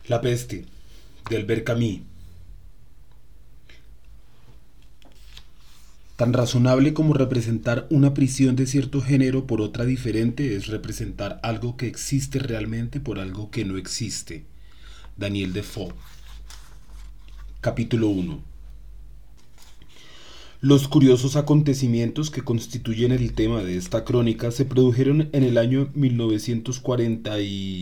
La peste, de Albert Camus. Tan razonable como representar una prisión de cierto género por otra diferente es representar algo que existe realmente por algo que no existe. Daniel Defoe. Capítulo 1. Los curiosos acontecimientos que constituyen el tema de esta crónica se produjeron en el año 1940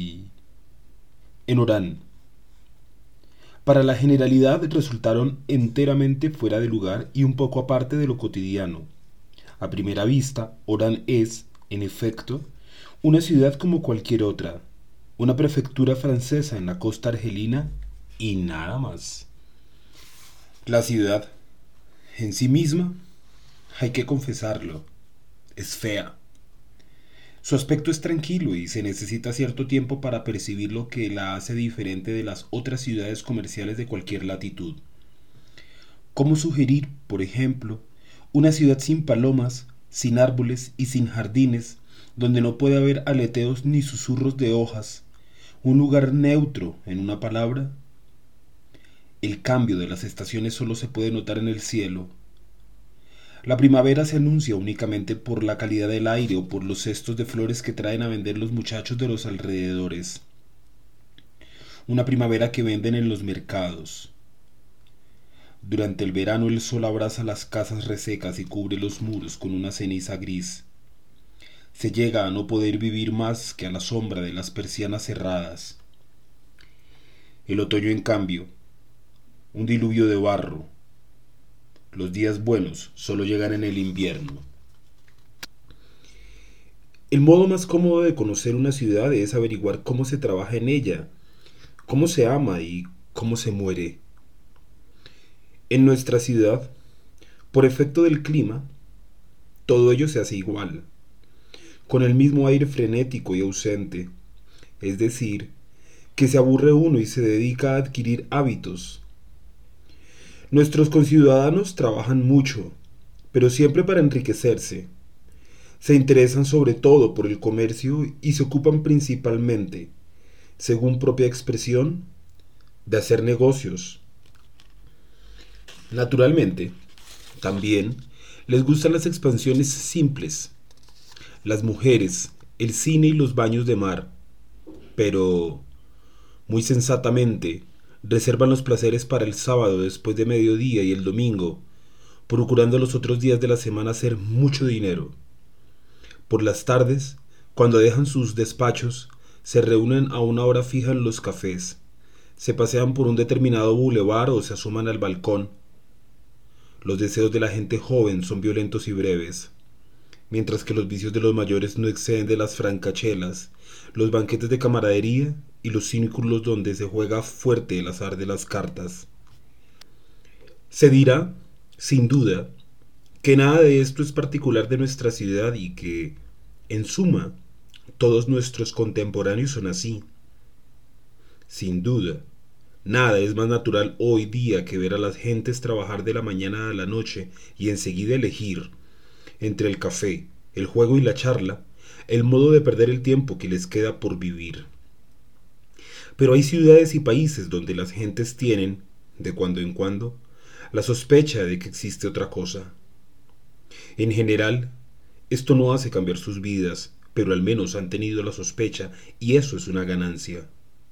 en Orán. Para la generalidad resultaron enteramente fuera de lugar y un poco aparte de lo cotidiano. A primera vista, Orán es, en efecto, una ciudad como cualquier otra, una prefectura francesa en la costa argelina y nada más. La ciudad, en sí misma, hay que confesarlo, es fea. Su aspecto es tranquilo y se necesita cierto tiempo para percibir lo que la hace diferente de las otras ciudades comerciales de cualquier latitud. ¿Cómo sugerir, por ejemplo, una ciudad sin palomas, sin árboles y sin jardines, donde no puede haber aleteos ni susurros de hojas? Un lugar neutro, en una palabra. El cambio de las estaciones solo se puede notar en el cielo. La primavera se anuncia únicamente por la calidad del aire o por los cestos de flores que traen a vender los muchachos de los alrededores. Una primavera que venden en los mercados. Durante el verano el sol abraza las casas resecas y cubre los muros con una ceniza gris. Se llega a no poder vivir más que a la sombra de las persianas cerradas. El otoño, en cambio, un diluvio de barro. Los días buenos solo llegan en el invierno. El modo más cómodo de conocer una ciudad es averiguar cómo se trabaja en ella, cómo se ama y cómo se muere. En nuestra ciudad, por efecto del clima, todo ello se hace igual, con el mismo aire frenético y ausente, es decir, que se aburre uno y se dedica a adquirir hábitos. Nuestros conciudadanos trabajan mucho, pero siempre para enriquecerse. Se interesan sobre todo por el comercio y se ocupan principalmente, según propia expresión, de hacer negocios. Naturalmente, también les gustan las expansiones simples, las mujeres, el cine y los baños de mar, pero, muy sensatamente, reservan los placeres para el sábado después de mediodía y el domingo, procurando los otros días de la semana hacer mucho dinero. Por las tardes, cuando dejan sus despachos, se reúnen a una hora fija en los cafés, se pasean por un determinado bulevar o se asoman al balcón. Los deseos de la gente joven son violentos y breves, mientras que los vicios de los mayores no exceden de las francachelas, los banquetes de camaradería y los círculos donde se juega fuerte el azar de las cartas. Se dirá, sin duda, que nada de esto es particular de nuestra ciudad y que, en suma, todos nuestros contemporáneos son así. Sin duda, nada es más natural hoy día que ver a las gentes trabajar de la mañana a la noche y enseguida elegir, entre el café, el juego y la charla, el modo de perder el tiempo que les queda por vivir. Pero hay ciudades y países donde las gentes tienen, de cuando en cuando, la sospecha de que existe otra cosa. En general, esto no hace cambiar sus vidas, pero al menos han tenido la sospecha y eso es una ganancia.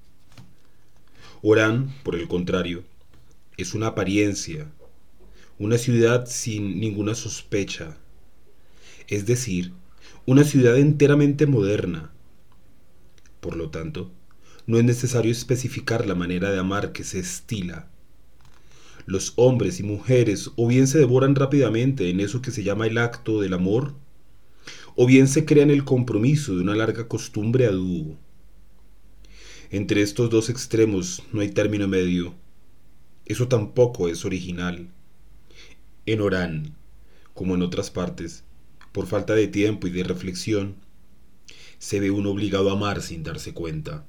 Orán, por el contrario, es una apariencia, una ciudad sin ninguna sospecha, es decir, una ciudad enteramente moderna. Por lo tanto, no es necesario especificar la manera de amar que se estila. Los hombres y mujeres o bien se devoran rápidamente en eso que se llama el acto del amor, o bien se crean el compromiso de una larga costumbre a dúo. Entre estos dos extremos no hay término medio. Eso tampoco es original. En Orán, como en otras partes, por falta de tiempo y de reflexión, se ve uno obligado a amar sin darse cuenta.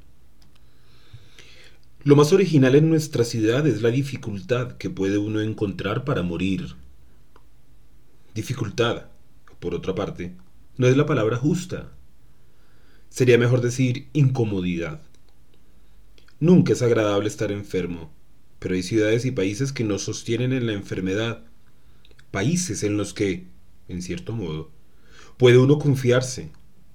Lo más original en nuestra ciudad es la dificultad que puede uno encontrar para morir. Dificultad, por otra parte, no es la palabra justa. Sería mejor decir incomodidad. Nunca es agradable estar enfermo, pero hay ciudades y países que nos sostienen en la enfermedad, países en los que, en cierto modo, puede uno confiarse.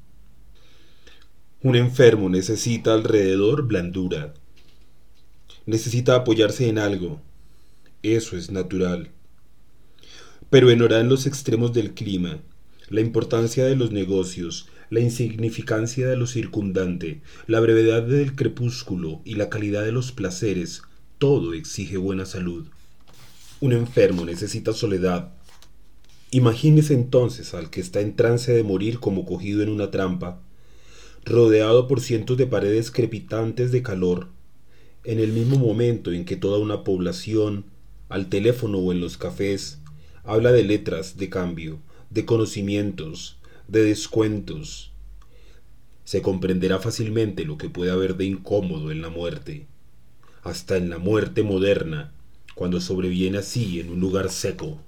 Un enfermo necesita alrededor blandura, necesita apoyarse en algo, eso es natural. Pero en los extremos del clima, la importancia de los negocios, la insignificancia de lo circundante, la brevedad del crepúsculo y la calidad de los placeres, todo exige buena salud. Un enfermo necesita soledad. Imagínese entonces al que está en trance de morir como cogido en una trampa, rodeado por cientos de paredes crepitantes de calor, en el mismo momento en que toda una población, al teléfono o en los cafés, habla de letras de cambio, de conocimientos, de descuentos. Se comprenderá fácilmente lo que puede haber de incómodo en la muerte, hasta en la muerte moderna, cuando sobreviene así en un lugar seco.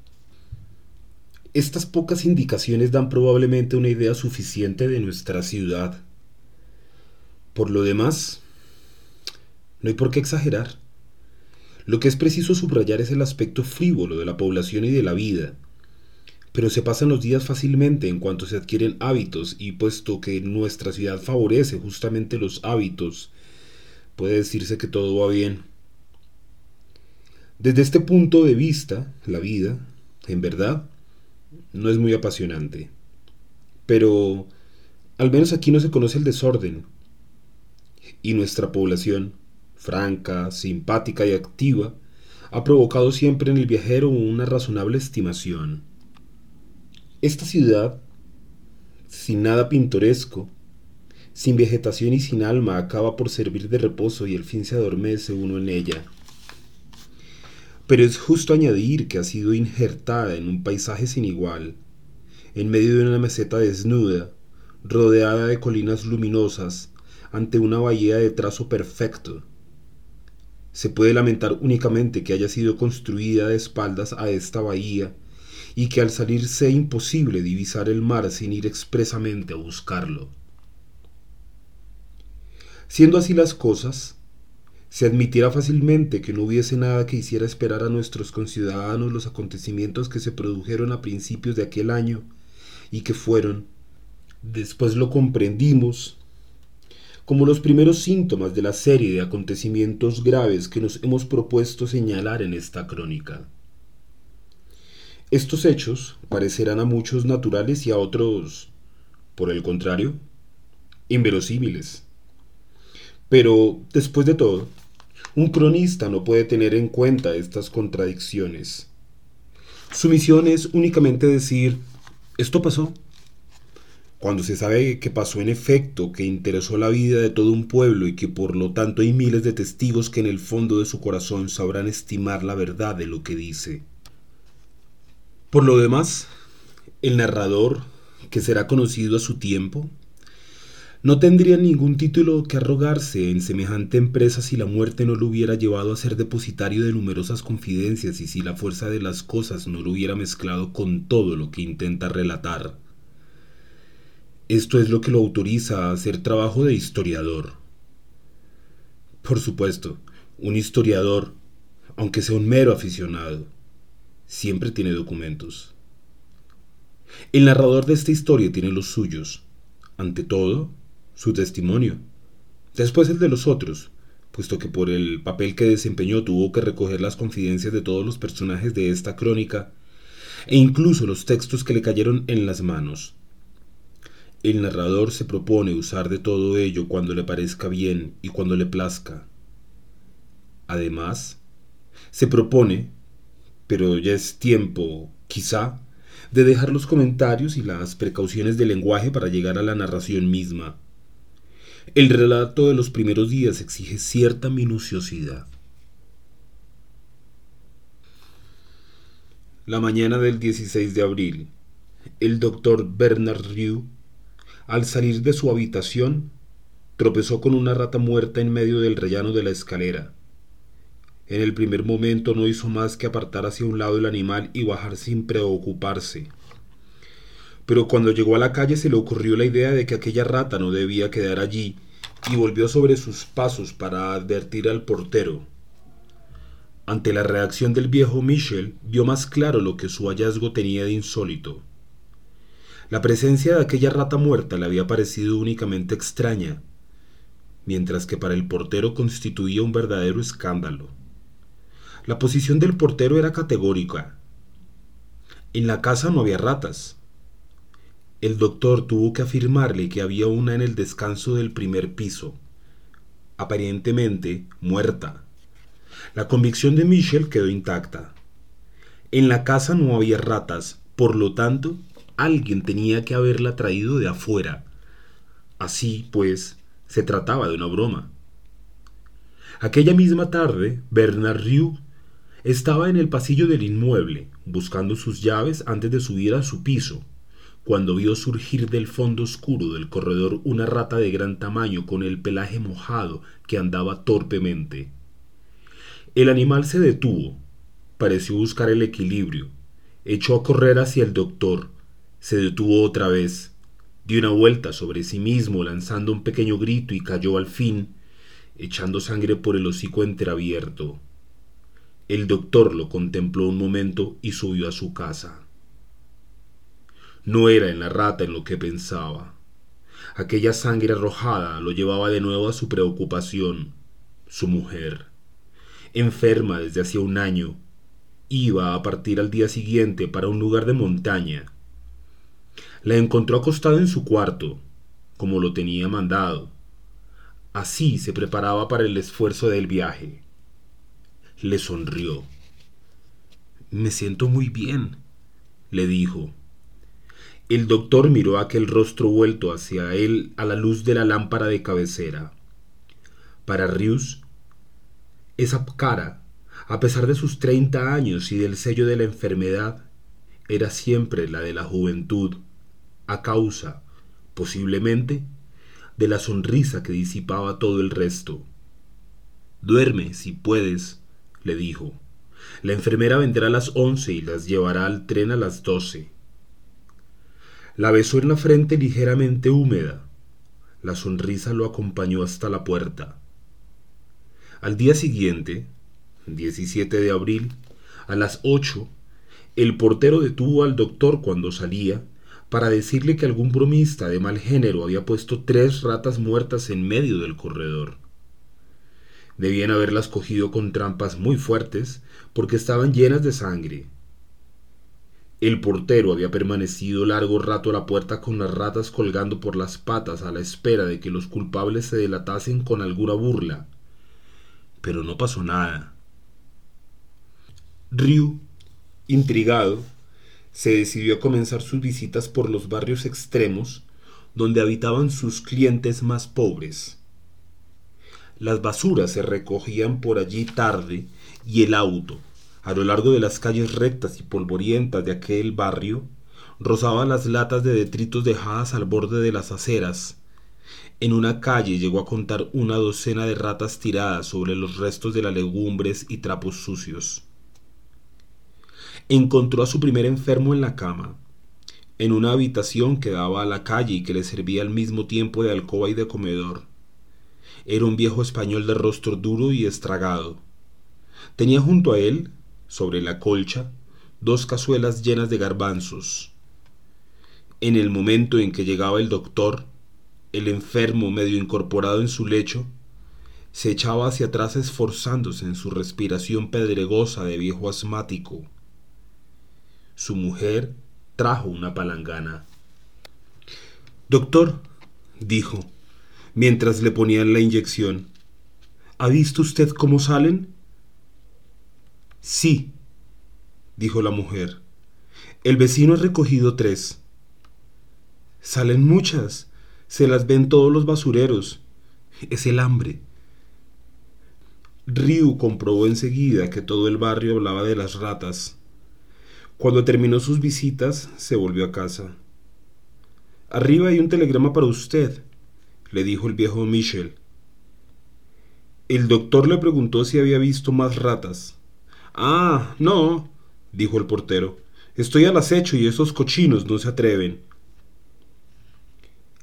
Estas pocas indicaciones dan probablemente una idea suficiente de nuestra ciudad. Por lo demás, no hay por qué exagerar. Lo que es preciso subrayar es el aspecto frívolo de la población y de la vida. Pero se pasan los días fácilmente en cuanto se adquieren hábitos y puesto que nuestra ciudad favorece justamente los hábitos, puede decirse que todo va bien. Desde este punto de vista, la vida, en verdad, no es muy apasionante. Pero al menos aquí no se conoce el desorden. Y nuestra población, franca, simpática y activa, ha provocado siempre en el viajero una razonable estimación. Esta ciudad, sin nada pintoresco, sin vegetación y sin alma, acaba por servir de reposo y al fin se adormece uno en ella. Pero es justo añadir que ha sido injertada en un paisaje sin igual, en medio de una meseta desnuda, rodeada de colinas luminosas, ante una bahía de trazo perfecto. Se puede lamentar únicamente que haya sido construida de espaldas a esta bahía y que al salir sea imposible divisar el mar sin ir expresamente a buscarlo. Siendo así las cosas, se admitirá fácilmente que no hubiese nada que hiciera esperar a nuestros conciudadanos los acontecimientos que se produjeron a principios de aquel año y que fueron, después lo comprendimos, como los primeros síntomas de la serie de acontecimientos graves que nos hemos propuesto señalar en esta crónica. Estos hechos parecerán a muchos naturales y a otros, por el contrario, inverosímiles. Pero, después de todo, un cronista no puede tener en cuenta estas contradicciones. Su misión es únicamente decir, esto pasó. Cuando se sabe que pasó en efecto, que interesó la vida de todo un pueblo y que por lo tanto hay miles de testigos que en el fondo de su corazón sabrán estimar la verdad de lo que dice. Por lo demás, el narrador, que será conocido a su tiempo, no tendría ningún título que arrogarse en semejante empresa si la muerte no lo hubiera llevado a ser depositario de numerosas confidencias y si la fuerza de las cosas no lo hubiera mezclado con todo lo que intenta relatar. Esto es lo que lo autoriza a hacer trabajo de historiador. Por supuesto, un historiador, aunque sea un mero aficionado, siempre tiene documentos. El narrador de esta historia tiene los suyos, ante todo, su testimonio, después el de los otros, puesto que por el papel que desempeñó tuvo que recoger las confidencias de todos los personajes de esta crónica, e incluso los textos que le cayeron en las manos. El narrador se propone usar de todo ello cuando le parezca bien y cuando le plazca. Además, se propone, pero ya es tiempo, quizá, de dejar los comentarios y las precauciones del lenguaje para llegar a la narración misma. El relato de los primeros días exige cierta minuciosidad. La mañana del 16 de abril, el doctor Bernard Rieu, al salir de su habitación, tropezó con una rata muerta en medio del rellano de la escalera. En el primer momento no hizo más que apartar hacia un lado el animal y bajar sin preocuparse. Pero cuando llegó a la calle se le ocurrió la idea de que aquella rata no debía quedar allí y volvió sobre sus pasos para advertir al portero. Ante la reacción del viejo, Michel vio más claro lo que su hallazgo tenía de insólito. La presencia de aquella rata muerta le había parecido únicamente extraña, mientras que para el portero constituía un verdadero escándalo. La posición del portero era categórica. En la casa no había ratas. El doctor tuvo que afirmarle que había una en el descanso del primer piso, aparentemente muerta. La convicción de Michel quedó intacta. En la casa no había ratas, por lo tanto, alguien tenía que haberla traído de afuera. Así, pues, se trataba de una broma. Aquella misma tarde, Bernard Rieu estaba en el pasillo del inmueble, buscando sus llaves antes de subir a su piso, cuando vio surgir del fondo oscuro del corredor una rata de gran tamaño con el pelaje mojado que andaba torpemente. El animal se detuvo, pareció buscar el equilibrio, echó a correr hacia el doctor, se detuvo otra vez, dio una vuelta sobre sí mismo lanzando un pequeño grito y cayó al fin, echando sangre por el hocico entreabierto. El doctor lo contempló un momento y subió a su casa. No era en la rata en lo que pensaba. Aquella sangre arrojada lo llevaba de nuevo a su preocupación, su mujer. Enferma desde hacía un año, iba a partir al día siguiente para un lugar de montaña. La encontró acostada en su cuarto, como lo tenía mandado. Así se preparaba para el esfuerzo del viaje. Le sonrió. «Me siento muy bien», le dijo. El doctor miró aquel rostro vuelto hacia él a la luz de la lámpara de cabecera. Para Rius, esa cara, a pesar de sus 30 años y del sello de la enfermedad, era siempre la de la juventud, a causa, posiblemente, de la sonrisa que disipaba todo el resto. «Duerme, si puedes», le dijo. «La enfermera vendrá a las 11 y las llevará al tren a las 12». La besó en la frente ligeramente húmeda. La sonrisa lo acompañó hasta la puerta. Al día siguiente, 17 de abril, a las 8, el portero detuvo al doctor cuando salía para decirle que algún bromista de mal género había puesto 3 ratas muertas en medio del corredor. Debían haberlas cogido con trampas muy fuertes porque estaban llenas de sangre. El portero había permanecido largo rato a la puerta con las ratas colgando por las patas a la espera de que los culpables se delatasen con alguna burla. Pero no pasó nada. Rieu, intrigado, se decidió a comenzar sus visitas por los barrios extremos donde habitaban sus clientes más pobres. Las basuras se recogían por allí tarde y el auto, a lo largo de las calles rectas y polvorientas de aquel barrio, rozaba las latas de detritos dejadas al borde de las aceras. En una calle llegó a contar una docena de ratas tiradas sobre los restos de las legumbres y trapos sucios. Encontró a su primer enfermo en la cama, en una habitación que daba a la calle y que le servía al mismo tiempo de alcoba y de comedor. Era un viejo español de rostro duro y estragado. Tenía junto a él, sobre la colcha, 2 cazuelas llenas de garbanzos. En el momento en que llegaba el doctor, el enfermo, medio incorporado en su lecho, se echaba hacia atrás esforzándose en su respiración pedregosa de viejo asmático. Su mujer trajo una palangana. «Doctor», dijo, mientras le ponían la inyección, «¿ha visto usted cómo salen?» «Sí», dijo la mujer. «El vecino ha recogido 3. Salen muchas, se las ven todos los basureros. Es el hambre». Rieu comprobó enseguida que todo el barrio hablaba de las ratas. Cuando terminó sus visitas, se volvió a casa. «Arriba hay un telegrama para usted», le dijo el viejo Michel. El doctor le preguntó si había visto más ratas. «Ah, no», dijo el portero. «Estoy al acecho y esos cochinos no se atreven».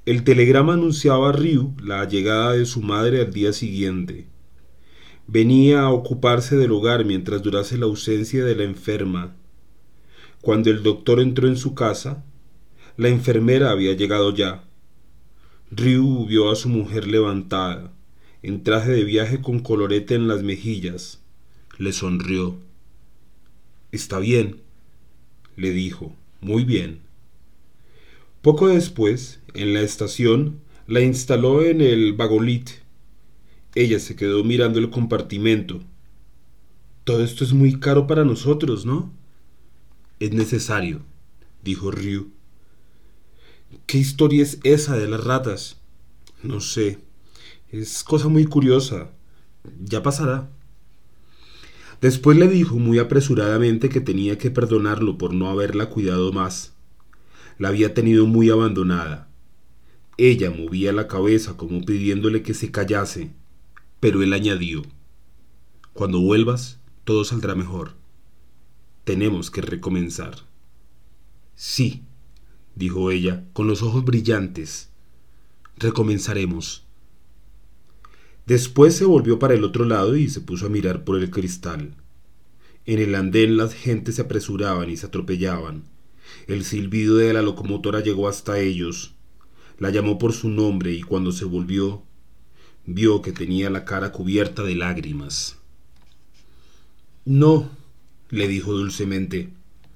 El telegrama anunciaba a Ryu la llegada de su madre al día siguiente. Venía a ocuparse del hogar mientras durase la ausencia de la enferma. Cuando el doctor entró en su casa, la enfermera había llegado ya. Ryu vio a su mujer levantada, en traje de viaje con colorete en las mejillas. Le sonrió. «Está bien», le dijo, «muy bien». Poco después, en la estación, la instaló en el vagolit. Ella se quedó mirando el compartimento. «Todo esto es muy caro para nosotros, ¿no?» «Es necesario», dijo Ryu. «¿Qué historia es esa de las ratas?» «No sé. Es cosa muy curiosa. Ya pasará». Después le dijo muy apresuradamente que tenía que perdonarlo por no haberla cuidado más. La había tenido muy abandonada. Ella movía la cabeza como pidiéndole que se callase, pero él añadió: «Cuando vuelvas, todo saldrá mejor. Tenemos que recomenzar». «Sí», dijo ella, con los ojos brillantes. «Recomenzaremos». Después se volvió para el otro lado y se puso a mirar por el cristal. En el andén las gentes se apresuraban y se atropellaban. El silbido de la locomotora llegó hasta ellos. La llamó por su nombre y cuando se volvió, vio que tenía la cara cubierta de lágrimas. «No», le dijo dulcemente.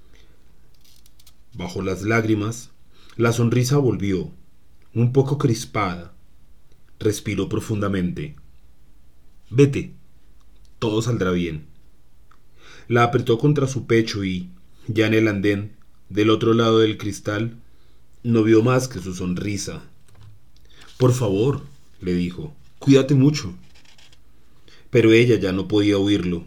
Bajo las lágrimas, la sonrisa volvió, un poco crispada. Respiró profundamente. «Vete, todo saldrá bien». La apretó contra su pecho y, ya en el andén, del otro lado del cristal, no vio más que su sonrisa. «Por favor», le dijo, «cuídate mucho». Pero ella ya no podía oírlo.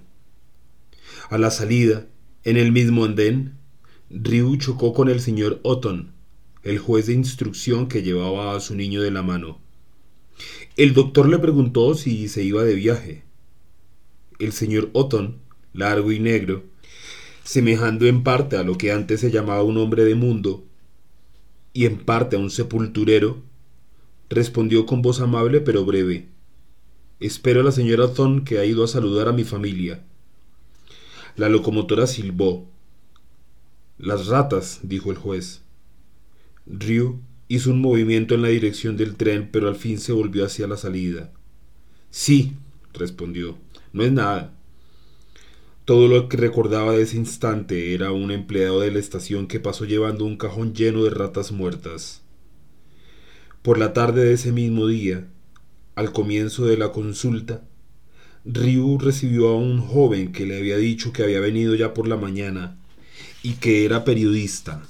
A la salida, en el mismo andén, Ryu chocó con el señor Otton, el juez de instrucción que llevaba a su niño de la mano. El doctor le preguntó si se iba de viaje. El señor Otton, largo y negro, semejando en parte a lo que antes se llamaba un hombre de mundo y en parte a un sepulturero, respondió con voz amable pero breve: «Espero a la señora Otton, que ha ido a saludar a mi familia». La locomotora silbó. «Las ratas», dijo el juez. Ryu hizo un movimiento en la dirección del tren, pero al fin se volvió hacia la salida. «Sí», respondió, «no es nada». Todo lo que recordaba de ese instante era un empleado de la estación que pasó llevando un cajón lleno de ratas muertas. Por la tarde de ese mismo día, al comienzo de la consulta, Ryu recibió a un joven que le había dicho que había venido ya por la mañana y que era periodista.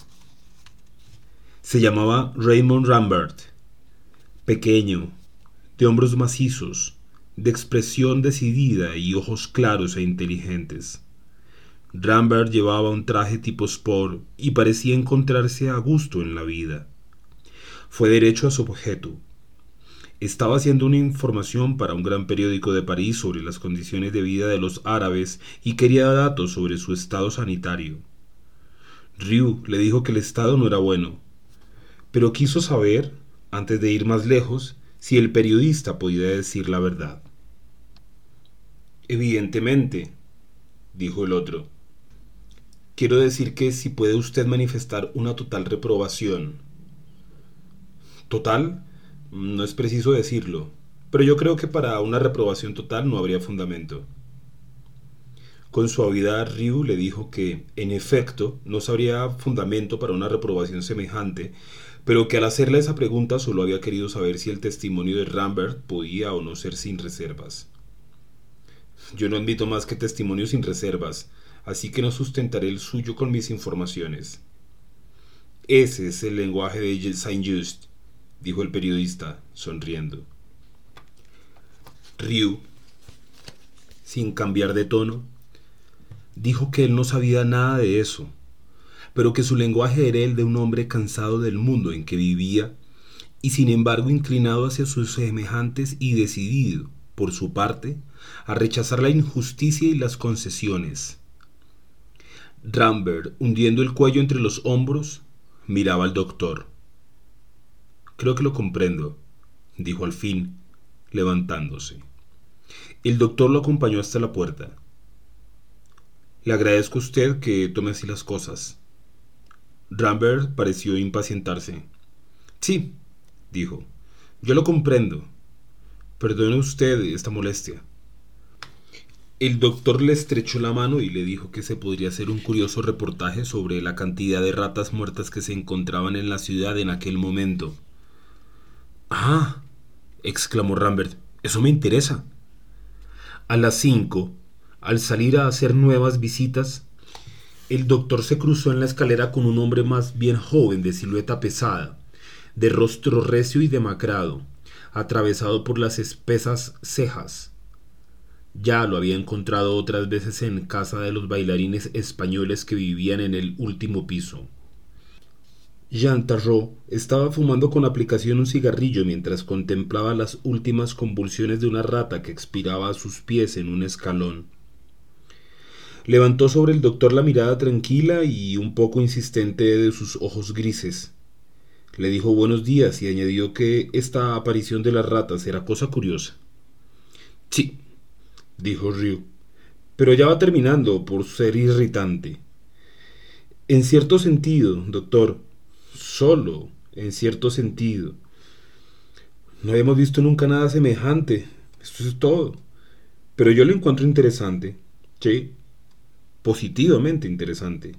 Se llamaba Raymond Rambert, pequeño, de hombros macizos, de expresión decidida y ojos claros e inteligentes. Rambert llevaba un traje tipo sport y parecía encontrarse a gusto en la vida. Fue derecho a su objeto. Estaba haciendo una información para un gran periódico de París sobre las condiciones de vida de los árabes y quería datos sobre su estado sanitario. Ryu le dijo que el estado no era bueno, pero quiso saber, antes de ir más lejos, si el periodista podía decir la verdad. «Evidentemente», dijo el otro. «Quiero decir que si puede usted manifestar una total reprobación». «¿Total? No es preciso decirlo, pero yo creo que para una reprobación total no habría fundamento». Con suavidad Ryu le dijo que, en efecto, no habría fundamento para una reprobación semejante, pero que al hacerle esa pregunta solo había querido saber si el testimonio de Rambert podía o no ser sin reservas. «Yo no admito más que testimonio sin reservas, así que no sustentaré el suyo con mis informaciones». «Ese es el lenguaje de Saint-Just», dijo el periodista, sonriendo. Ryu, sin cambiar de tono, dijo que él no sabía nada de eso, pero que su lenguaje era el de un hombre cansado del mundo en que vivía y sin embargo inclinado hacia sus semejantes y decidido, por su parte, a rechazar la injusticia y las concesiones. Rambert, hundiendo el cuello entre los hombros, miraba al doctor. Creo que lo comprendo, dijo al fin, levantándose. El doctor lo acompañó hasta la puerta. Le agradezco a usted que tome así las cosas. Rambert pareció impacientarse. Sí, dijo, yo lo comprendo. Perdone usted esta molestia. El doctor le estrechó la mano y le dijo que se podría hacer un curioso reportaje sobre la cantidad de ratas muertas que se encontraban en la ciudad en aquel momento. Ah, exclamó Rambert, eso me interesa. A las 5, al salir a hacer nuevas visitas, el doctor se cruzó en la escalera con un hombre más bien joven, de silueta pesada, de rostro recio y demacrado, atravesado por las espesas cejas. Ya lo había encontrado otras veces en casa de los bailarines españoles que vivían en el último piso. Jean Tarrot estaba fumando con aplicación un cigarrillo mientras contemplaba las últimas convulsiones de una rata que expiraba a sus pies en un escalón. Levantó sobre el doctor la mirada tranquila y un poco insistente de sus ojos grises. Le dijo buenos días y añadió que esta aparición de las ratas era cosa curiosa. Sí, dijo Ryu, pero ya va terminando por ser irritante. En cierto sentido, doctor, solo en cierto sentido. No habíamos visto nunca nada semejante. Esto es todo. Pero yo lo encuentro interesante. Sí, positivamente interesante.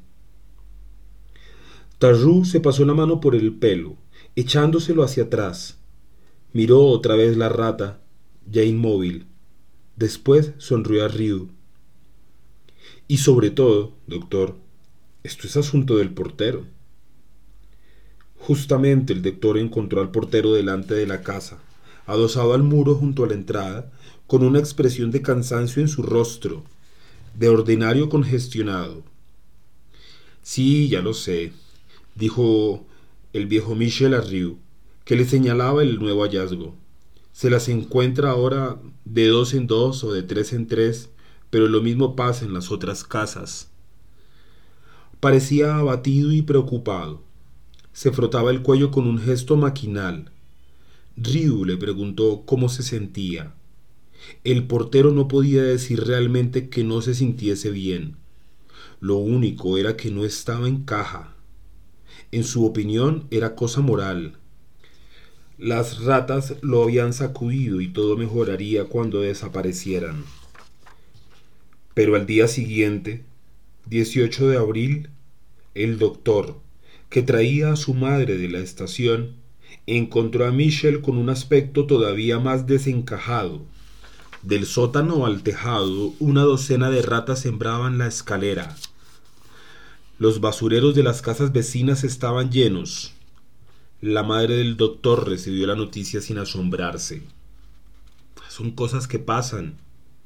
Tarrou se pasó la mano por el pelo, echándoselo hacia atrás. Miró otra vez la rata, ya inmóvil. Después sonrió a Ryu. Y sobre todo, doctor, esto es asunto del portero. Justamente el doctor encontró al portero delante de la casa, adosado al muro junto a la entrada, con una expresión de cansancio en su rostro, de ordinario congestionado. Sí, ya lo sé, dijo el viejo Michel a Ryu, que le señalaba el nuevo hallazgo. Se las encuentra ahora de 2 en 2 o de 3 en 3, pero lo mismo pasa en las otras casas. Parecía abatido y preocupado. Se frotaba el cuello con un gesto maquinal. Ryu le preguntó cómo se sentía. El portero no podía decir realmente que no se sintiese bien. Lo único era que no estaba en caja. En su opinión era cosa moral. Las ratas lo habían sacudido y todo mejoraría cuando desaparecieran. Pero al día siguiente, 18 de abril, el doctor, que traía a su madre de la estación, encontró a Michel con un aspecto todavía más desencajado. Del sótano al tejado, una docena de ratas sembraban la escalera. Los basureros de las casas vecinas estaban llenos. La madre del doctor recibió la noticia sin asombrarse. Son cosas que pasan.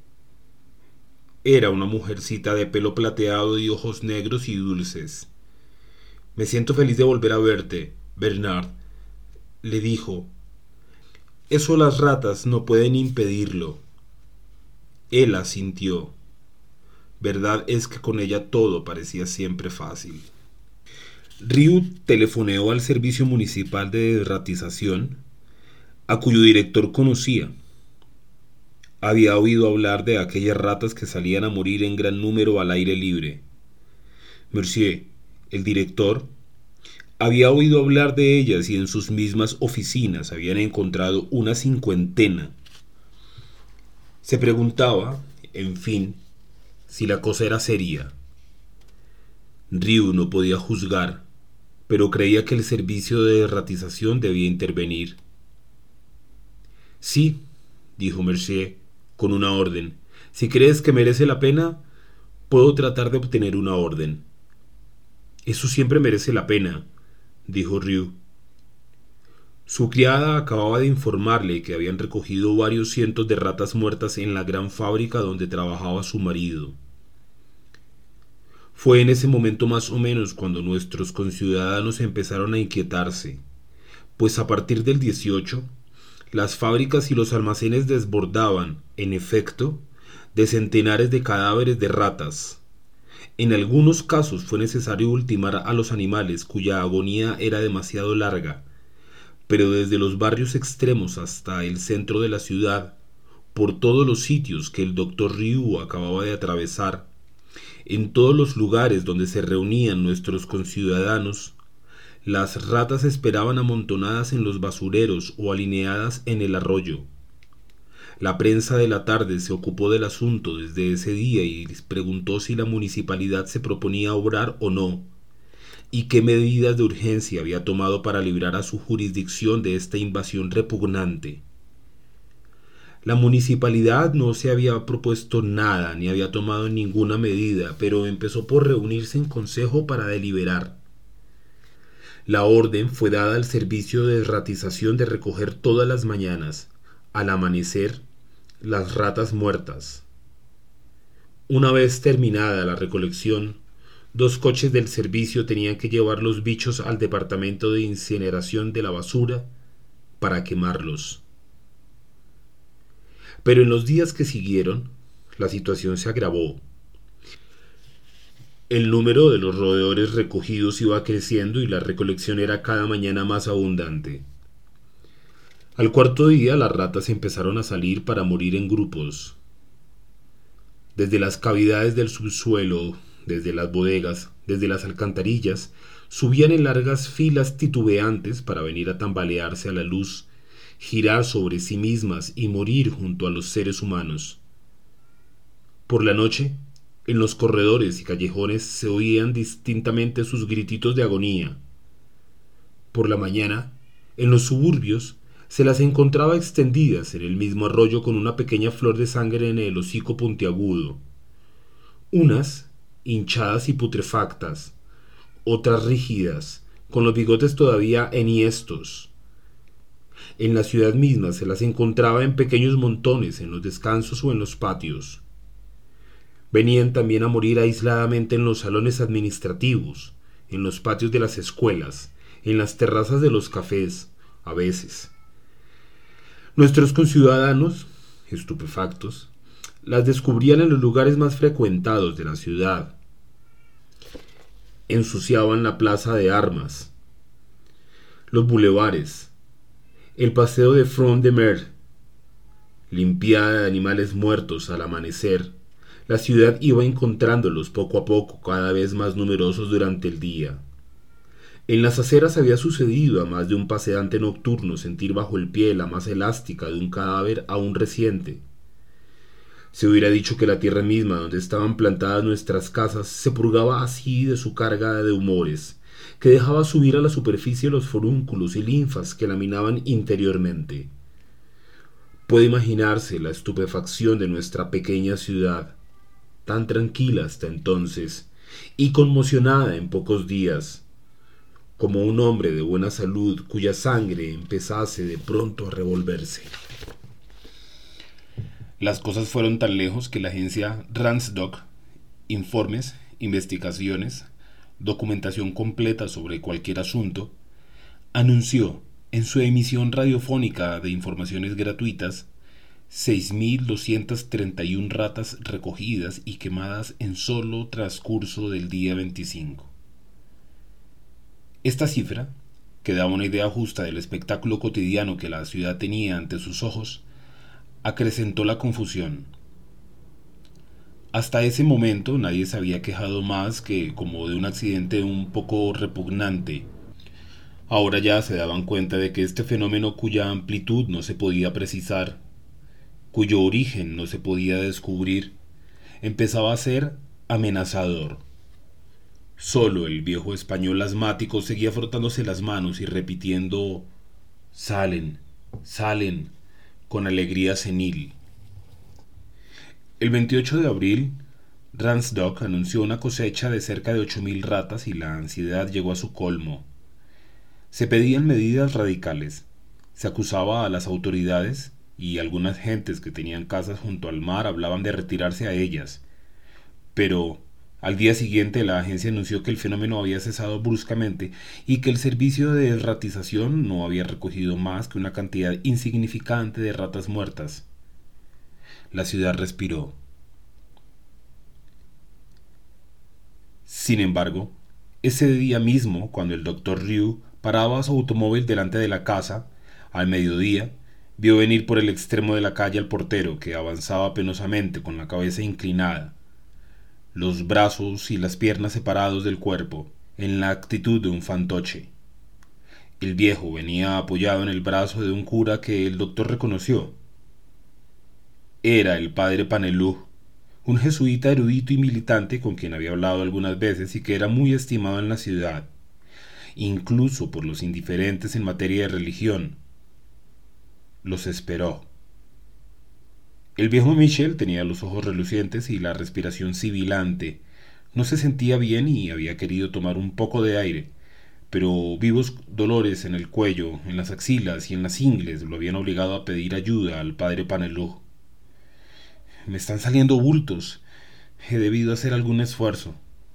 Era una mujercita de pelo plateado y ojos negros y dulces. Me siento feliz de volver a verte, Bernard, le dijo. Eso las ratas no pueden impedirlo. Él asintió. Verdad es que con ella todo parecía siempre fácil. Ryu telefoneó al servicio municipal de desratización, a cuyo director conocía. Había oído hablar de aquellas ratas que salían a morir en gran número al aire libre. Mercier, el director, había oído hablar de ellas y en sus mismas oficinas habían encontrado una 50. Se preguntaba, en fin, si la cosa era seria. Ryu no podía juzgar, pero creía que el servicio de desratización debía intervenir. Sí, dijo Mercier, con una orden. Si crees que merece la pena, puedo tratar de obtener una orden. Eso siempre merece la pena, dijo Ryu. Su criada acababa de informarle que habían recogido varios cientos de ratas muertas en la gran fábrica donde trabajaba su marido. Fue en ese momento más o menos cuando nuestros conciudadanos empezaron a inquietarse, pues a partir del 18, las fábricas y los almacenes desbordaban, en efecto, de centenares de cadáveres de ratas. En algunos casos fue necesario ultimar a los animales cuya agonía era demasiado larga, pero desde los barrios extremos hasta el centro de la ciudad, por todos los sitios que el doctor Ryu acababa de atravesar, en todos los lugares donde se reunían nuestros conciudadanos, las ratas esperaban amontonadas en los basureros o alineadas en el arroyo. La prensa de la tarde se ocupó del asunto desde ese día y les preguntó si la municipalidad se proponía obrar o no, y qué medidas de urgencia había tomado para librar a su jurisdicción de esta invasión repugnante. La municipalidad no se había propuesto nada ni había tomado ninguna medida, pero empezó por reunirse en consejo para deliberar. La orden fue dada al servicio de ratización de recoger todas las mañanas, al amanecer, las ratas muertas. Una vez terminada la recolección, 2 coches del servicio tenían que llevar los bichos al departamento de incineración de la basura para quemarlos. Pero en los días que siguieron, la situación se agravó. El número de los roedores recogidos iba creciendo y la recolección era cada mañana más abundante. Al cuarto día las ratas empezaron a salir para morir en grupos. Desde las cavidades del subsuelo, desde las bodegas, desde las alcantarillas, subían en largas filas titubeantes para venir a tambalearse a la luz, girar sobre sí mismas y morir junto a los seres humanos. Por la noche, en los corredores y callejones se oían distintamente sus grititos de agonía. Por la mañana, en los suburbios, se las encontraba extendidas en el mismo arroyo con una pequeña flor de sangre en el hocico puntiagudo. Unas hinchadas y putrefactas, otras rígidas, con los bigotes todavía enhiestos. En la ciudad misma se las encontraba en pequeños montones en los descansos o en los patios. Venían también a morir aisladamente en los salones administrativos, en los patios de las escuelas, en las terrazas de los cafés, a veces. Nuestros conciudadanos, estupefactos, las descubrían en los lugares más frecuentados de la ciudad. Ensuciaban la plaza de armas, los bulevares, el paseo de Front de Mer, limpiada de animales muertos al amanecer. La ciudad iba encontrándolos poco a poco, cada vez más numerosos durante el día. En las aceras había sucedido a más de un paseante nocturno sentir bajo el pie la masa elástica de un cadáver aún reciente. Se hubiera dicho que la tierra misma donde estaban plantadas nuestras casas se purgaba así de su carga de humores, que dejaba subir a la superficie los forúnculos y linfas que laminaban interiormente. Puede imaginarse la estupefacción de nuestra pequeña ciudad, tan tranquila hasta entonces, y conmocionada en pocos días, como un hombre de buena salud cuya sangre empezase de pronto a revolverse. Las cosas fueron tan lejos que la agencia Ransdoc, informes, investigaciones, documentación completa sobre cualquier asunto, anunció en su emisión radiofónica de informaciones gratuitas 6.231 ratas recogidas y quemadas en solo transcurso del día 25. Esta cifra, que daba una idea justa del espectáculo cotidiano que la ciudad tenía ante sus ojos, acrecentó la confusión. Hasta ese momento nadie se había quejado más que como de un accidente un poco repugnante. Ahora ya se daban cuenta de que este fenómeno cuya amplitud no se podía precisar, cuyo origen no se podía descubrir, empezaba a ser amenazador. Solo el viejo español asmático seguía frotándose las manos y repitiendo «Salen, salen», con alegría senil. El 28 de abril, Ransdoc anunció una cosecha de cerca de 8.000 ratas y la ansiedad llegó a su colmo. Se pedían medidas radicales, se acusaba a las autoridades y algunas gentes que tenían casas junto al mar hablaban de retirarse a ellas. Pero al día siguiente la agencia anunció que el fenómeno había cesado bruscamente y que el servicio de desratización no había recogido más que una cantidad insignificante de ratas muertas. La ciudad respiró. Sin embargo, ese día mismo, cuando el doctor Ryu Paraba su automóvil delante de la casa. Al mediodía, vio venir por el extremo de la calle al portero, que avanzaba penosamente con la cabeza inclinada, los brazos y las piernas separados del cuerpo, en la actitud de un fantoche. El viejo venía apoyado en el brazo de un cura que el doctor reconoció. Era el padre Paneluj, un jesuita erudito y militante con quien había hablado algunas veces y que era muy estimado en la ciudad, incluso por los indiferentes en materia de religión. Los esperó. El viejo Michel tenía los ojos relucientes y la respiración sibilante. No se sentía bien y había querido tomar un poco de aire, pero vivos dolores en el cuello, en las axilas y en las ingles lo habían obligado a pedir ayuda al padre Paneluj. Me están saliendo bultos. He debido hacer algún esfuerzo.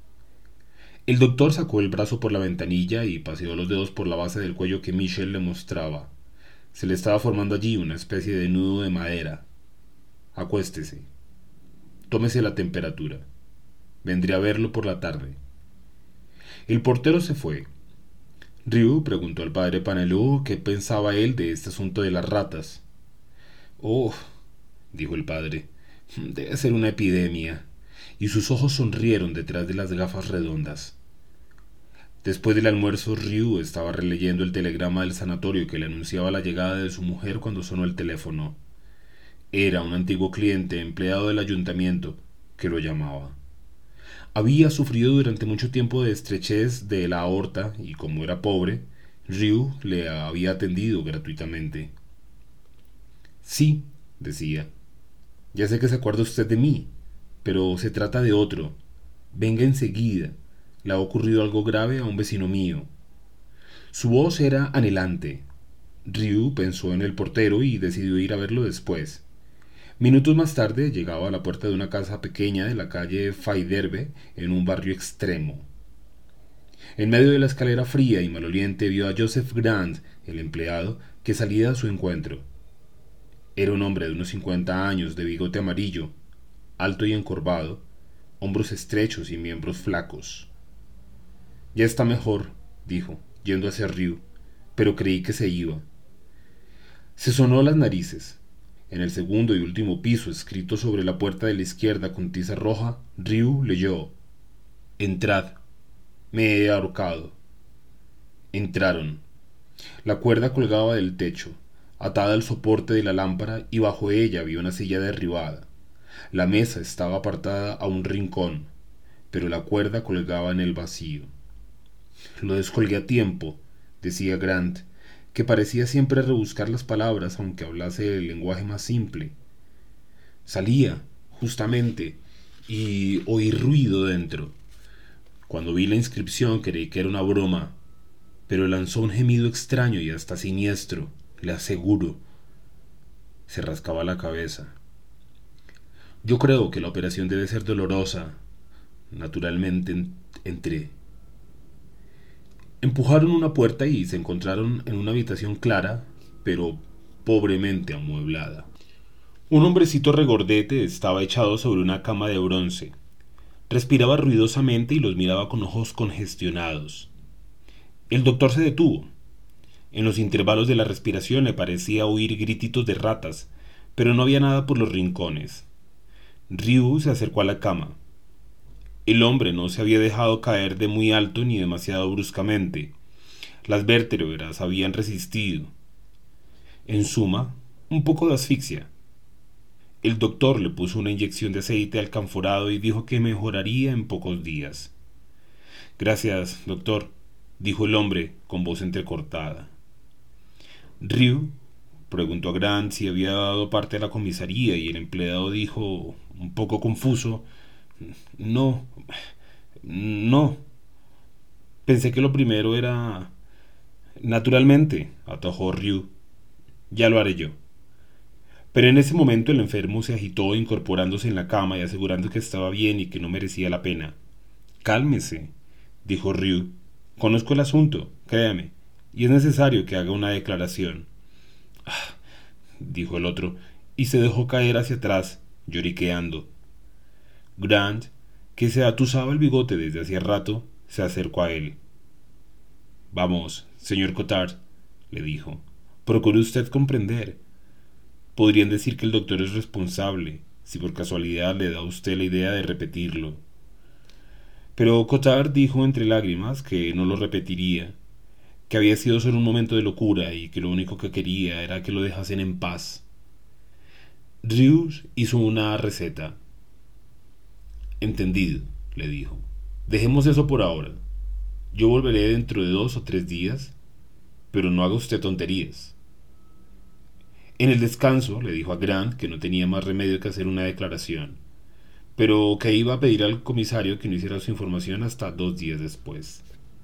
El doctor sacó el brazo por la ventanilla y paseó los dedos por la base del cuello que Michel le mostraba. Se le estaba formando allí una especie de nudo de madera. Acuéstese. Tómese la temperatura. Vendré a verlo por la tarde. El portero se fue. Ryu preguntó al padre Paneluj qué pensaba él de este asunto de las ratas. Oh, dijo el padre, debe ser una epidemia. Y sus ojos sonrieron detrás de las gafas redondas. Después del almuerzo, Ryu estaba releyendo el telegrama del sanatorio que le anunciaba la llegada de su mujer cuando sonó el teléfono. Era un antiguo cliente empleado del ayuntamiento que lo llamaba. Había sufrido durante mucho tiempo de estrechez de la aorta y como era pobre, Ryu le había atendido gratuitamente. Sí, decía, ya sé que se acuerda usted de mí, pero se trata de otro. Venga enseguida. Le ha ocurrido algo grave a un vecino mío. Su voz era anhelante. Ryu pensó en el portero y decidió ir a verlo después. Minutos más tarde llegaba a la puerta de una casa pequeña de la calle Faiderbe, en un barrio extremo. En medio de la escalera fría y maloliente vio a Joseph Grant, el empleado, que salía a su encuentro. Era un hombre de unos 50 años, de bigote amarillo, alto y encorvado, hombros estrechos y miembros flacos. Ya está mejor, dijo, yendo hacia Ryu, pero creí que se iba. Se sonó las narices. En el segundo y último piso, escrito sobre la puerta de la izquierda con tiza roja, Ryu leyó: Entrad. Me he ahorcado. Entraron. La cuerda colgaba del techo, atada al soporte de la lámpara, y bajo ella había una silla derribada. La mesa estaba apartada a un rincón, pero la cuerda colgaba en el vacío. Lo descolgué a tiempo, decía Grant, que parecía siempre rebuscar las palabras aunque hablase el lenguaje más simple. Salía, justamente, y oí ruido dentro. Cuando vi la inscripción creí que era una broma, pero lanzó un gemido extraño y hasta siniestro, le aseguro. Se rascaba la cabeza. Yo creo que la operación debe ser dolorosa. Naturalmente entré. Empujaron una puerta y se encontraron en una habitación clara, pero pobremente amueblada. Un hombrecito regordete estaba echado sobre una cama de bronce. Respiraba ruidosamente y los miraba con ojos congestionados. El doctor se detuvo. En los intervalos de la respiración le parecía oír grititos de ratas, pero no había nada por los rincones. Ryu se acercó a la cama. El hombre no se había dejado caer de muy alto ni demasiado bruscamente. Las vértebras habían resistido. En suma, un poco de asfixia. El doctor le puso una inyección de aceite alcanforado y dijo que mejoraría en pocos días. Gracias, doctor, dijo el hombre con voz entrecortada. Ryu preguntó a Grant si había dado parte a la comisaría y el empleado dijo, un poco confuso, No. Pensé que lo primero era... Naturalmente, atajó Ryu. Ya lo haré yo. Pero en ese momento el enfermo se agitó incorporándose en la cama y asegurando que estaba bien y que no merecía la pena. Cálmese, dijo Ryu. Conozco el asunto, créame, y es necesario que haga una declaración. Ah, dijo el otro, y se dejó caer hacia atrás, lloriqueando. Grant, que se atusaba el bigote desde hacía rato, se acercó a él. Vamos, señor Cottard, le dijo, procure usted comprender. Podrían decir que el doctor es responsable, si por casualidad le da a usted la idea de repetirlo. Pero Cottard dijo entre lágrimas que no lo repetiría, que había sido solo un momento de locura y que lo único que quería era que lo dejasen en paz. Rius hizo una receta. Entendido, le dijo. Dejemos eso por ahora. Yo volveré dentro de 2 o 3 días, pero no haga usted tonterías. En el descanso le dijo a Grant que no tenía más remedio que hacer una declaración, pero que iba a pedir al comisario que no hiciera su información hasta 2 días después.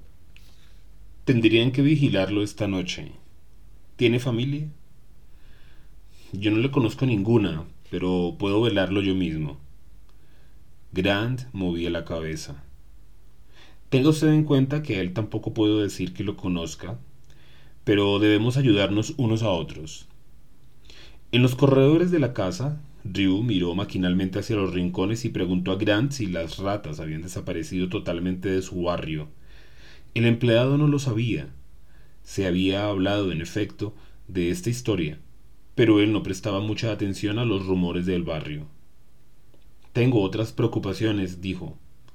Tendrían que vigilarlo esta noche. ¿Tiene familia? Yo no le conozco ninguna, pero puedo velarlo yo mismo. Grant movía la cabeza. Tenga usted en cuenta que a él tampoco puedo decir que lo conozca, pero debemos ayudarnos unos a otros. En los corredores de la casa, Ryu miró maquinalmente hacia los rincones y preguntó a Grant si las ratas habían desaparecido totalmente de su barrio. El empleado no lo sabía. Se había hablado, en efecto, de esta historia, pero él no prestaba mucha atención a los rumores del barrio. Tengo otras preocupaciones, dijo.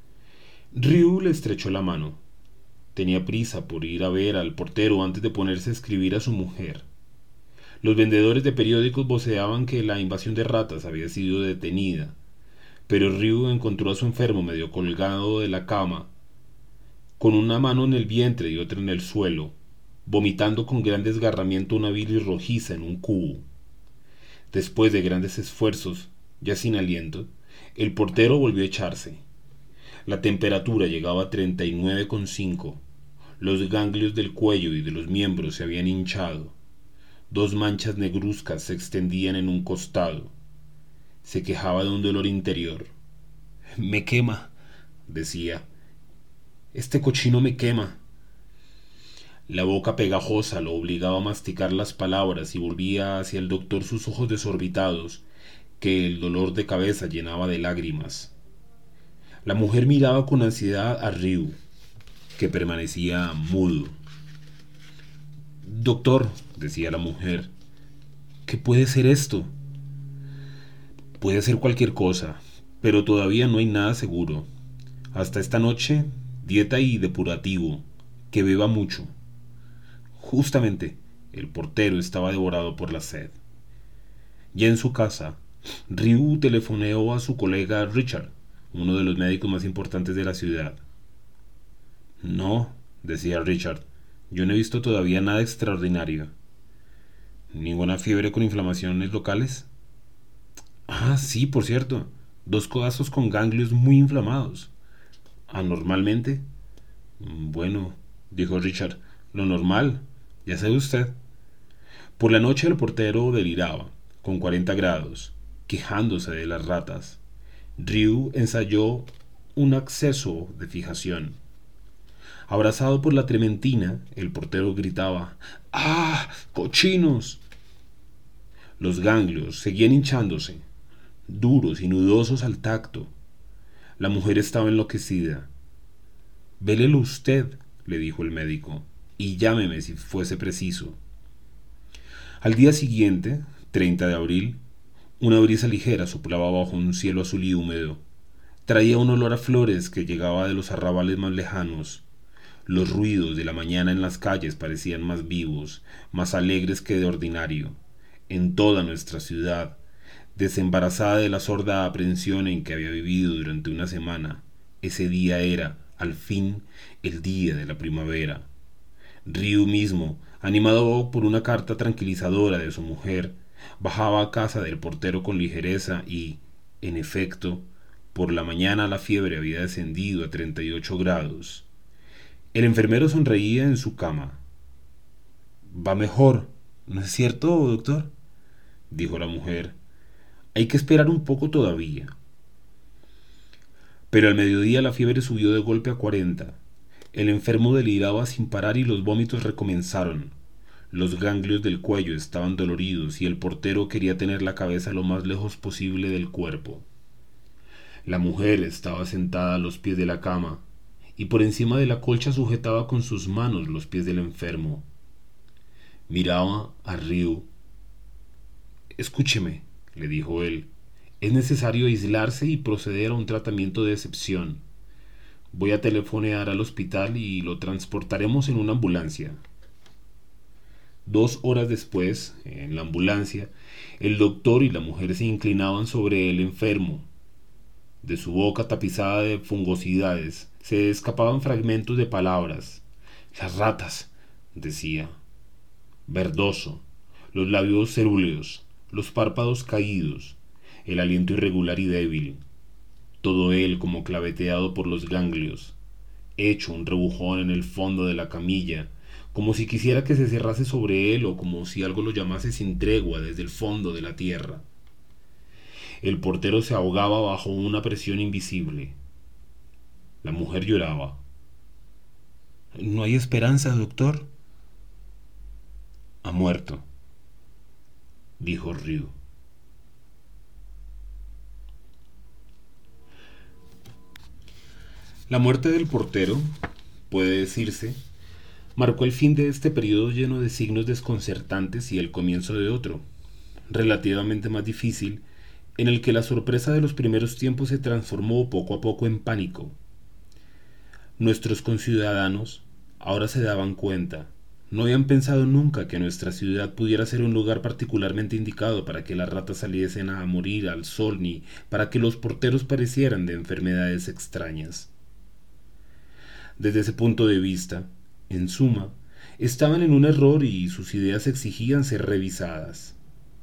Ryu le estrechó la mano. Tenía prisa por ir a ver al portero antes de ponerse a escribir a su mujer. Los vendedores de periódicos voceaban que la invasión de ratas había sido detenida, pero Ryu encontró a su enfermo medio colgado de la cama, con una mano en el vientre y otra en el suelo, vomitando con gran desgarramiento una bilis rojiza en un cubo. Después de grandes esfuerzos, ya sin aliento, el portero volvió a echarse. La temperatura llegaba a 39,5. Los ganglios del cuello y de los miembros se habían hinchado. 2 manchas negruzcas se extendían en un costado. Se quejaba de un dolor interior. Me quema, decía. Este cochino me quema. La boca pegajosa lo obligaba a masticar las palabras y volvía hacia el doctor sus ojos desorbitados, que el dolor de cabeza llenaba de lágrimas. La mujer miraba con ansiedad a Ryu, que permanecía mudo. Doctor, decía la mujer, ¿qué puede ser esto? Puede ser cualquier cosa, pero todavía no hay nada seguro. Hasta esta noche, dieta y depurativo, que beba mucho. Justamente, el portero estaba devorado por la sed. Ya en su casa, Ryu telefoneó a su colega Richard, uno de los médicos más importantes de la ciudad. No, decía Richard, yo no he visto todavía nada extraordinario. ¿Ninguna fiebre con inflamaciones locales? Ah, sí, por cierto, 2 codazos con ganglios muy inflamados. ¿Anormalmente? Bueno, dijo Richard, lo normal, ya sabe usted. Por la noche el portero deliraba, con 40 grados, quejándose de las ratas. Ryu ensayó un acceso de fijación. Abrazado por la trementina, el portero gritaba: ¡Ah, cochinos! Los ganglios seguían hinchándose, duros y nudosos al tacto. La mujer estaba enloquecida. Vélelo usted, le dijo el médico, y llámeme si fuese preciso. Al día siguiente, 30 de abril, una brisa ligera soplaba bajo un cielo azul y húmedo. Traía un olor a flores que llegaba de los arrabales más lejanos. Los ruidos de la mañana en las calles parecían más vivos, más alegres que de ordinario. En toda nuestra ciudad, desembarazada de la sorda aprensión en que había vivido durante una semana, ese día era, al fin, el día de la primavera. Ryu mismo, animado por una carta tranquilizadora de su mujer, bajaba a casa del portero con ligereza y, en efecto, por la mañana la fiebre había descendido a 38 grados. El enfermero sonreía en su cama. Va mejor, ¿no es cierto, doctor?, dijo la mujer. Hay que esperar un poco todavía. Pero al mediodía la fiebre subió de golpe a 40. El enfermo deliraba sin parar y los vómitos recomenzaron. Los ganglios del cuello estaban doloridos y el portero quería tener la cabeza lo más lejos posible del cuerpo. La mujer estaba sentada a los pies de la cama, y por encima de la colcha sujetaba con sus manos los pies del enfermo. Miraba a Ryu. «Escúcheme», le dijo él. «Es necesario aislarse y proceder a un tratamiento de excepción. Voy a telefonear al hospital y lo transportaremos en una ambulancia». 2 horas después, en la ambulancia, el doctor y la mujer se inclinaban sobre el enfermo. De su boca tapizada de fungosidades se escapaban fragmentos de palabras. «Las ratas», decía. Verdoso, los labios cerúleos, los párpados caídos, el aliento irregular y débil. Todo él como claveteado por los ganglios, hecho un rebujón en el fondo de la camilla, como si quisiera que se cerrase sobre él o como si algo lo llamase sin tregua desde el fondo de la tierra. El portero se ahogaba bajo una presión invisible. La mujer lloraba. «¿No hay esperanza, doctor?» «Ha muerto», dijo Ryu. La muerte del portero, puede decirse, marcó el fin de este periodo lleno de signos desconcertantes y el comienzo de otro, relativamente más difícil, en el que la sorpresa de los primeros tiempos se transformó poco a poco en pánico. Nuestros conciudadanos ahora se daban cuenta, no habían pensado nunca que nuestra ciudad pudiera ser un lugar particularmente indicado para que las ratas saliesen a morir al sol ni para que los porteros padecieran de enfermedades extrañas. Desde ese punto de vista, en suma, estaban en un error y sus ideas exigían ser revisadas.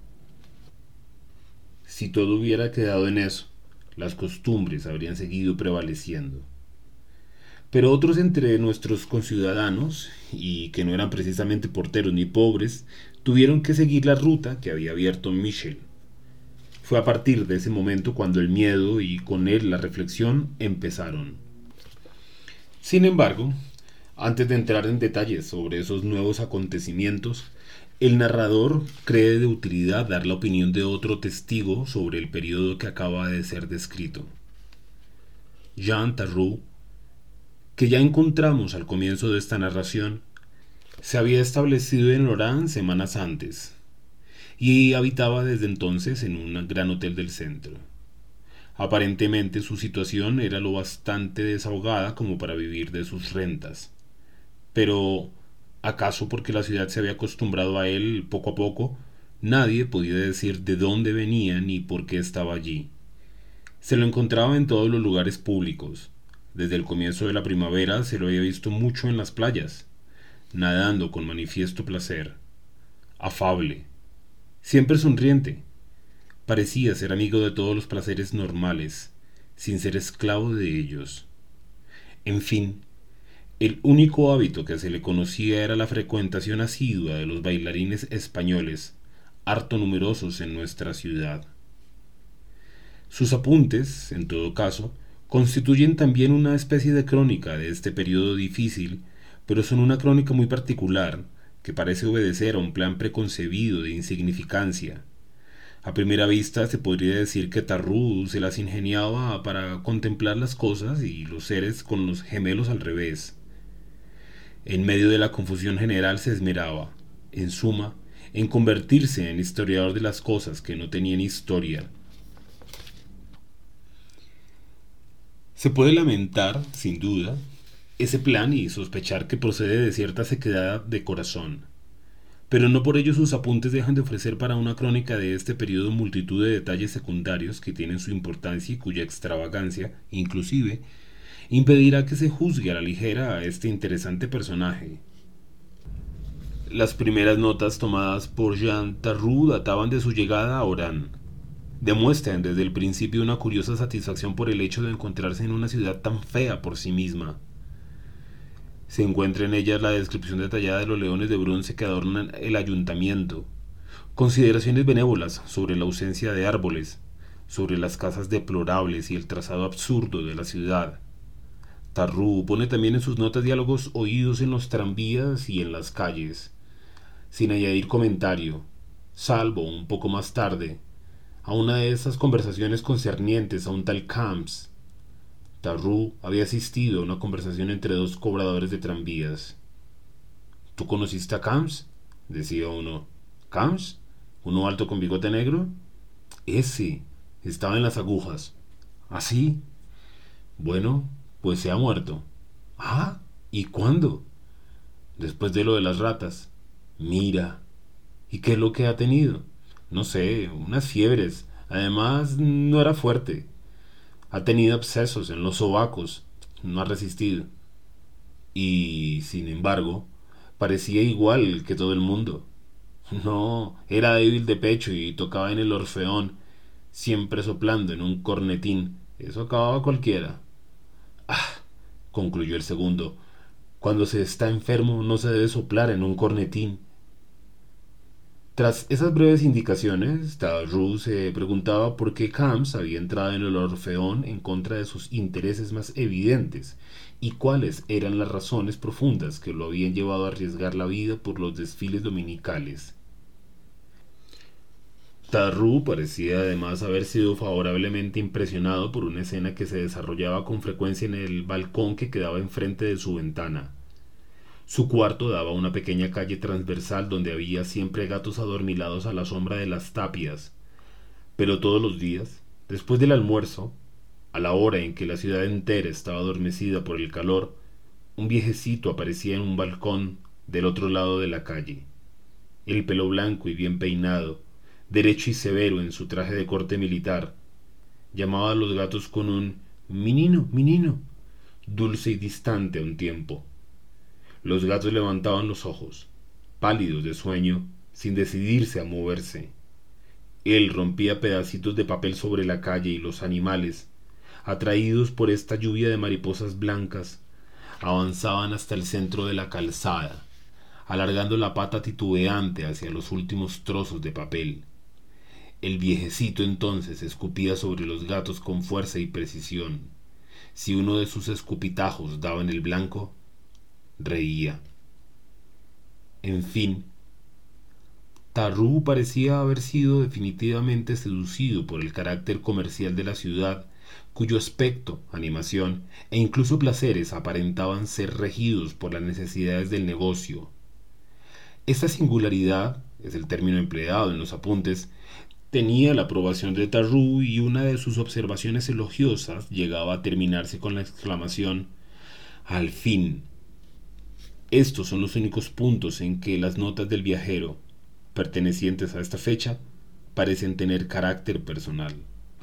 Si todo hubiera quedado en eso, las costumbres habrían seguido prevaleciendo. Pero otros entre nuestros conciudadanos, y que no eran precisamente porteros ni pobres, tuvieron que seguir la ruta que había abierto Michel. Fue a partir de ese momento cuando el miedo y con él la reflexión empezaron. Sin embargo, antes de entrar en detalles sobre esos nuevos acontecimientos, el narrador cree de utilidad dar la opinión de otro testigo sobre el periodo que acaba de ser descrito. Jean Tarrou, que ya encontramos al comienzo de esta narración, se había establecido en Oran semanas antes y habitaba desde entonces en un gran hotel del centro. Aparentemente su situación era lo bastante desahogada como para vivir de sus rentas. Pero, ¿acaso porque la ciudad se había acostumbrado a él poco a poco? Nadie podía decir de dónde venía ni por qué estaba allí. Se lo encontraba en todos los lugares públicos. Desde el comienzo de la primavera se lo había visto mucho en las playas, nadando con manifiesto placer. Afable, siempre sonriente. Parecía ser amigo de todos los placeres normales, sin ser esclavo de ellos. En fin, el único hábito que se le conocía era la frecuentación asidua de los bailarines españoles, harto numerosos en nuestra ciudad. Sus apuntes, en todo caso, constituyen también una especie de crónica de este periodo difícil, pero son una crónica muy particular, que parece obedecer a un plan preconcebido de insignificancia. A primera vista se podría decir que Tarrou se las ingeniaba para contemplar las cosas y los seres con los gemelos al revés. En medio de la confusión general se esmeraba, en suma, en convertirse en historiador de las cosas que no tenían historia. Se puede lamentar, sin duda, ese plan y sospechar que procede de cierta sequedad de corazón. Pero no por ello sus apuntes dejan de ofrecer para una crónica de este periodo multitud de detalles secundarios que tienen su importancia y cuya extravagancia, inclusive, impedirá que se juzgue a la ligera a este interesante personaje. Las primeras notas tomadas por Jean Tarrou databan de su llegada a Oran. Demuestran desde el principio una curiosa satisfacción por el hecho de encontrarse en una ciudad tan fea por sí misma. Se encuentra en ellas la descripción detallada de los leones de bronce que adornan el ayuntamiento, consideraciones benévolas sobre la ausencia de árboles, sobre las casas deplorables y el trazado absurdo de la ciudad. Tarrou pone también en sus notas diálogos oídos en los tranvías y en las calles, sin añadir comentario, salvo un poco más tarde, a una de esas conversaciones concernientes a un tal Camps. Tarrú había asistido a una conversación entre dos cobradores de tranvías. ¿Tú conociste a Camps?, decía uno. ¿Camps? ¿Uno alto con bigote negro? Ese. Estaba en las agujas. ¿Ah, sí? Bueno, pues se ha muerto. ¿Ah? ¿Y cuándo? Después de lo de las ratas. Mira. ¿Y qué es lo que ha tenido? No sé, unas fiebres. Además, no era fuerte. Ha tenido abscesos en los sobacos. No ha resistido. Y, sin embargo, parecía igual que todo el mundo. No, era débil de pecho y tocaba en el orfeón, siempre soplando en un cornetín. Eso acababa cualquiera. Ah, concluyó el segundo. Cuando se está enfermo no se debe soplar en un cornetín. Tras esas breves indicaciones, Tarrou se preguntaba por qué Camps había entrado en el Orfeón en contra de sus intereses más evidentes y cuáles eran las razones profundas que lo habían llevado a arriesgar la vida por los desfiles dominicales. Tarrou parecía además haber sido favorablemente impresionado por una escena que se desarrollaba con frecuencia en el balcón que quedaba enfrente de su ventana. Su cuarto daba a una pequeña calle transversal donde había siempre gatos adormilados a la sombra de las tapias, pero todos los días, después del almuerzo, a la hora en que la ciudad entera estaba adormecida por el calor, un viejecito aparecía en un balcón del otro lado de la calle. El pelo blanco y bien peinado, derecho y severo en su traje de corte militar, llamaba a los gatos con un minino, minino, dulce y distante a un tiempo. Los gatos levantaban los ojos, pálidos de sueño, sin decidirse a moverse. Él rompía pedacitos de papel sobre la calle y los animales, atraídos por esta lluvia de mariposas blancas, avanzaban hasta el centro de la calzada, alargando la pata titubeante hacia los últimos trozos de papel. El viejecito entonces escupía sobre los gatos con fuerza y precisión. Si uno de sus escupitajos daba en el blanco, reía. En fin, Tarrou parecía haber sido definitivamente seducido por el carácter comercial de la ciudad, cuyo aspecto, animación e incluso placeres aparentaban ser regidos por las necesidades del negocio. Esta singularidad, es el término empleado en los apuntes, tenía la aprobación de Tarrou y una de sus observaciones elogiosas llegaba a terminarse con la exclamación: «Al fin». Estos son los únicos puntos en que las notas del viajero, pertenecientes a esta fecha, parecen tener carácter personal.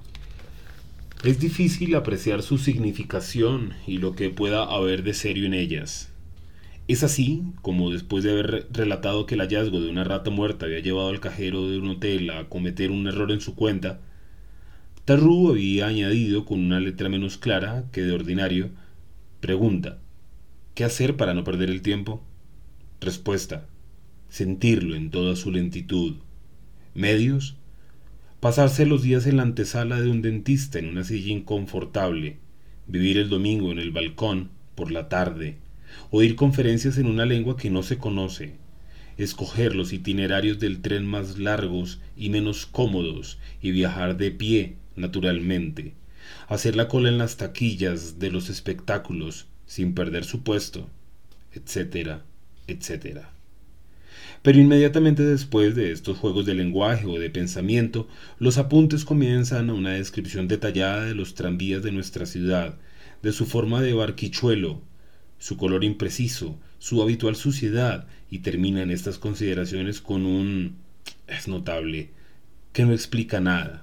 Es difícil apreciar su significación y lo que pueda haber de serio en ellas. Es así como, después de haber relatado que el hallazgo de una rata muerta había llevado al cajero de un hotel a cometer un error en su cuenta, Tarrou había añadido con una letra menos clara que de ordinario: pregunta: ¿qué hacer para no perder el tiempo? Respuesta: sentirlo en toda su lentitud. Medios: pasarse los días en la antesala de un dentista en una silla inconfortable, vivir el domingo en el balcón por la tarde, oír conferencias en una lengua que no se conoce, escoger los itinerarios del tren más largos y menos cómodos y viajar de pie, naturalmente, hacer la cola en las taquillas de los espectáculos sin perder su puesto, etcétera, etcétera. Pero inmediatamente después de estos juegos de lenguaje o de pensamiento, los apuntes comienzan a una descripción detallada de los tranvías de nuestra ciudad, de su forma de barquichuelo, su color impreciso, su habitual suciedad, y terminan estas consideraciones con un «es notable», que no explica nada.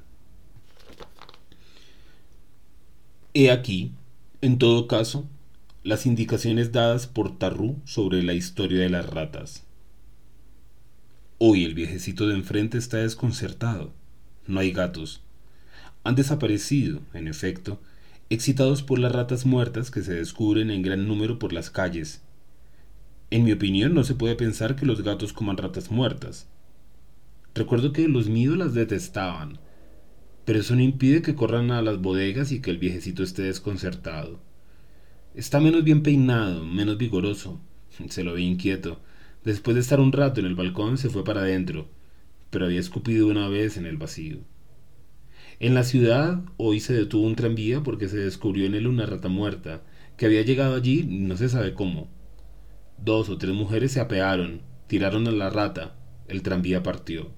He aquí, en todo caso, las indicaciones dadas por Tarrou sobre la historia de las ratas. Hoy el viejecito de enfrente está desconcertado. No hay gatos. Han desaparecido, en efecto, excitados por las ratas muertas que se descubren en gran número por las calles. En mi opinión, no se puede pensar que los gatos coman ratas muertas. Recuerdo que los míos las detestaban, pero eso no impide que corran a las bodegas y que el viejecito esté desconcertado. Está menos bien peinado, menos vigoroso. Se lo ve inquieto. Después de estar un rato en el balcón se fue para adentro, pero había escupido una vez en el vacío. En la ciudad hoy se detuvo un tranvía porque se descubrió en él una rata muerta, que había llegado allí no se sabe cómo. 2 o 3 mujeres se apearon, tiraron a la rata, el tranvía partió.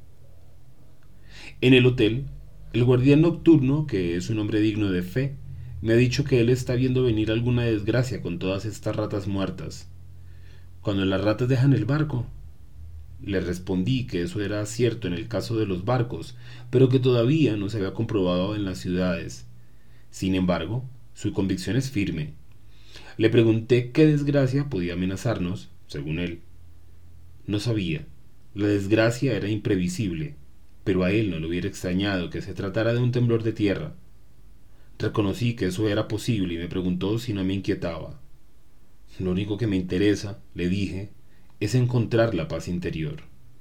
En el hotel, el guardián nocturno, que es un hombre digno de fe, me ha dicho que él está viendo venir alguna desgracia con todas estas ratas muertas. Cuando las ratas dejan el barco, le respondí que eso era cierto en el caso de los barcos, pero que todavía no se había comprobado en las ciudades. Sin embargo, su convicción es firme. Le pregunté qué desgracia podía amenazarnos, según él. No sabía. La desgracia era imprevisible, pero a él no le hubiera extrañado que se tratara de un temblor de tierra. Reconocí que eso era posible y me preguntó si no me inquietaba. Lo único que me interesa, le dije, es encontrar la paz interior.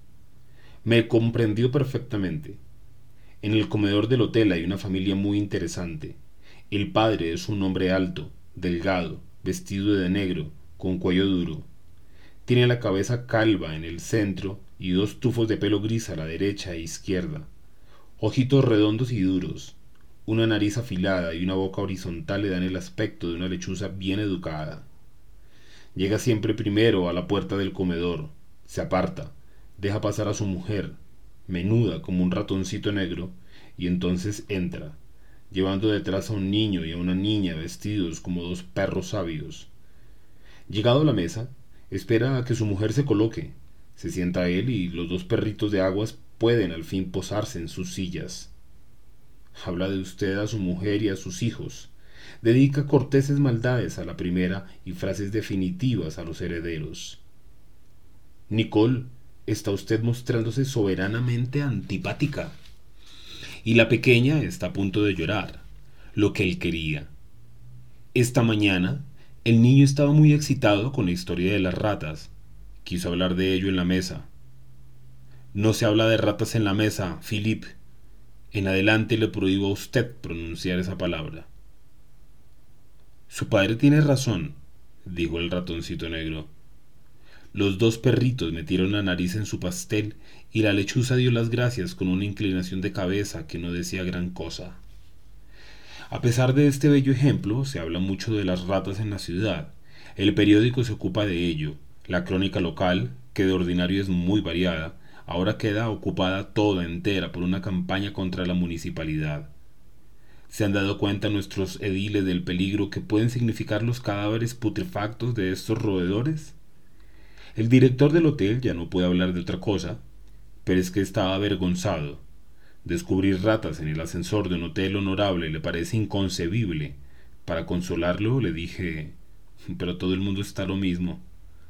Me comprendió perfectamente. En el comedor del hotel hay una familia muy interesante. El padre es un hombre alto, delgado, vestido de negro, con cuello duro. Tiene la cabeza calva en el centro y 2 tufos de pelo gris a la derecha e izquierda. Ojitos redondos y duros. Una nariz afilada y una boca horizontal le dan el aspecto de una lechuza bien educada. Llega siempre primero a la puerta del comedor, se aparta, deja pasar a su mujer, menuda como un ratoncito negro, y entonces entra, llevando detrás a un niño y a una niña vestidos como 2 perros sabios. Llegado a la mesa, espera a que su mujer se coloque, se sienta él y los 2 perritos de aguas pueden al fin posarse en sus sillas. Habla de usted a su mujer y a sus hijos. Dedica corteses maldades a la primera y frases definitivas a los herederos. Nicole, está usted mostrándose soberanamente antipática. Y la pequeña está a punto de llorar, lo que él quería. Esta mañana, el niño estaba muy excitado con la historia de las ratas. Quiso hablar de ello en la mesa. No se habla de ratas en la mesa, Philip. En adelante le prohíbo a usted pronunciar esa palabra. Su padre tiene razón, dijo el ratoncito negro. Los 2 perritos metieron la nariz en su pastel y la lechuza dio las gracias con una inclinación de cabeza que no decía gran cosa. A pesar de este bello ejemplo, se habla mucho de las ratas en la ciudad. El periódico se ocupa de ello. La crónica local, que de ordinario es muy variada, ahora queda ocupada toda entera por una campaña contra la municipalidad. ¿Se han dado cuenta nuestros ediles del peligro que pueden significar los cadáveres putrefactos de estos roedores? El director del hotel ya no puede hablar de otra cosa, pero es que estaba avergonzado. Descubrir ratas en el ascensor de un hotel honorable le parece inconcebible. Para consolarlo le dije, pero todo el mundo está lo mismo.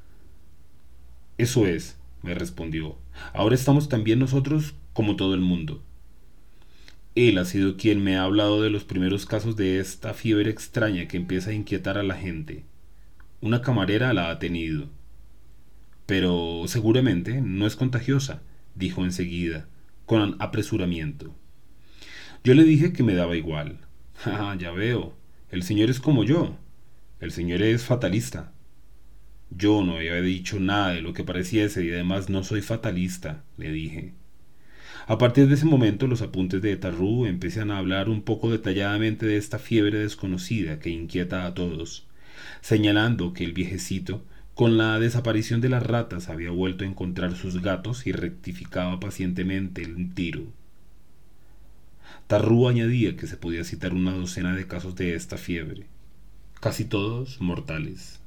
Eso es, me respondió. Ahora estamos también nosotros como todo el mundo. Él ha sido quien me ha hablado de los primeros casos de esta fiebre extraña que empieza a inquietar a la gente. Una camarera la ha tenido. Pero seguramente no es contagiosa, dijo enseguida, con apresuramiento. Yo le dije que me daba igual. Ah, ya veo. El señor es como yo. El señor es fatalista. Yo no había dicho nada de lo que pareciese y además no soy fatalista, le dije. A partir de ese momento los apuntes de Tarrú empiezan a hablar un poco detalladamente de esta fiebre desconocida que inquieta a todos, señalando que el viejecito, con la desaparición de las ratas, había vuelto a encontrar sus gatos y rectificaba pacientemente el tiro. Tarrú añadía que se podía citar una docena de casos de esta fiebre, casi todos mortales.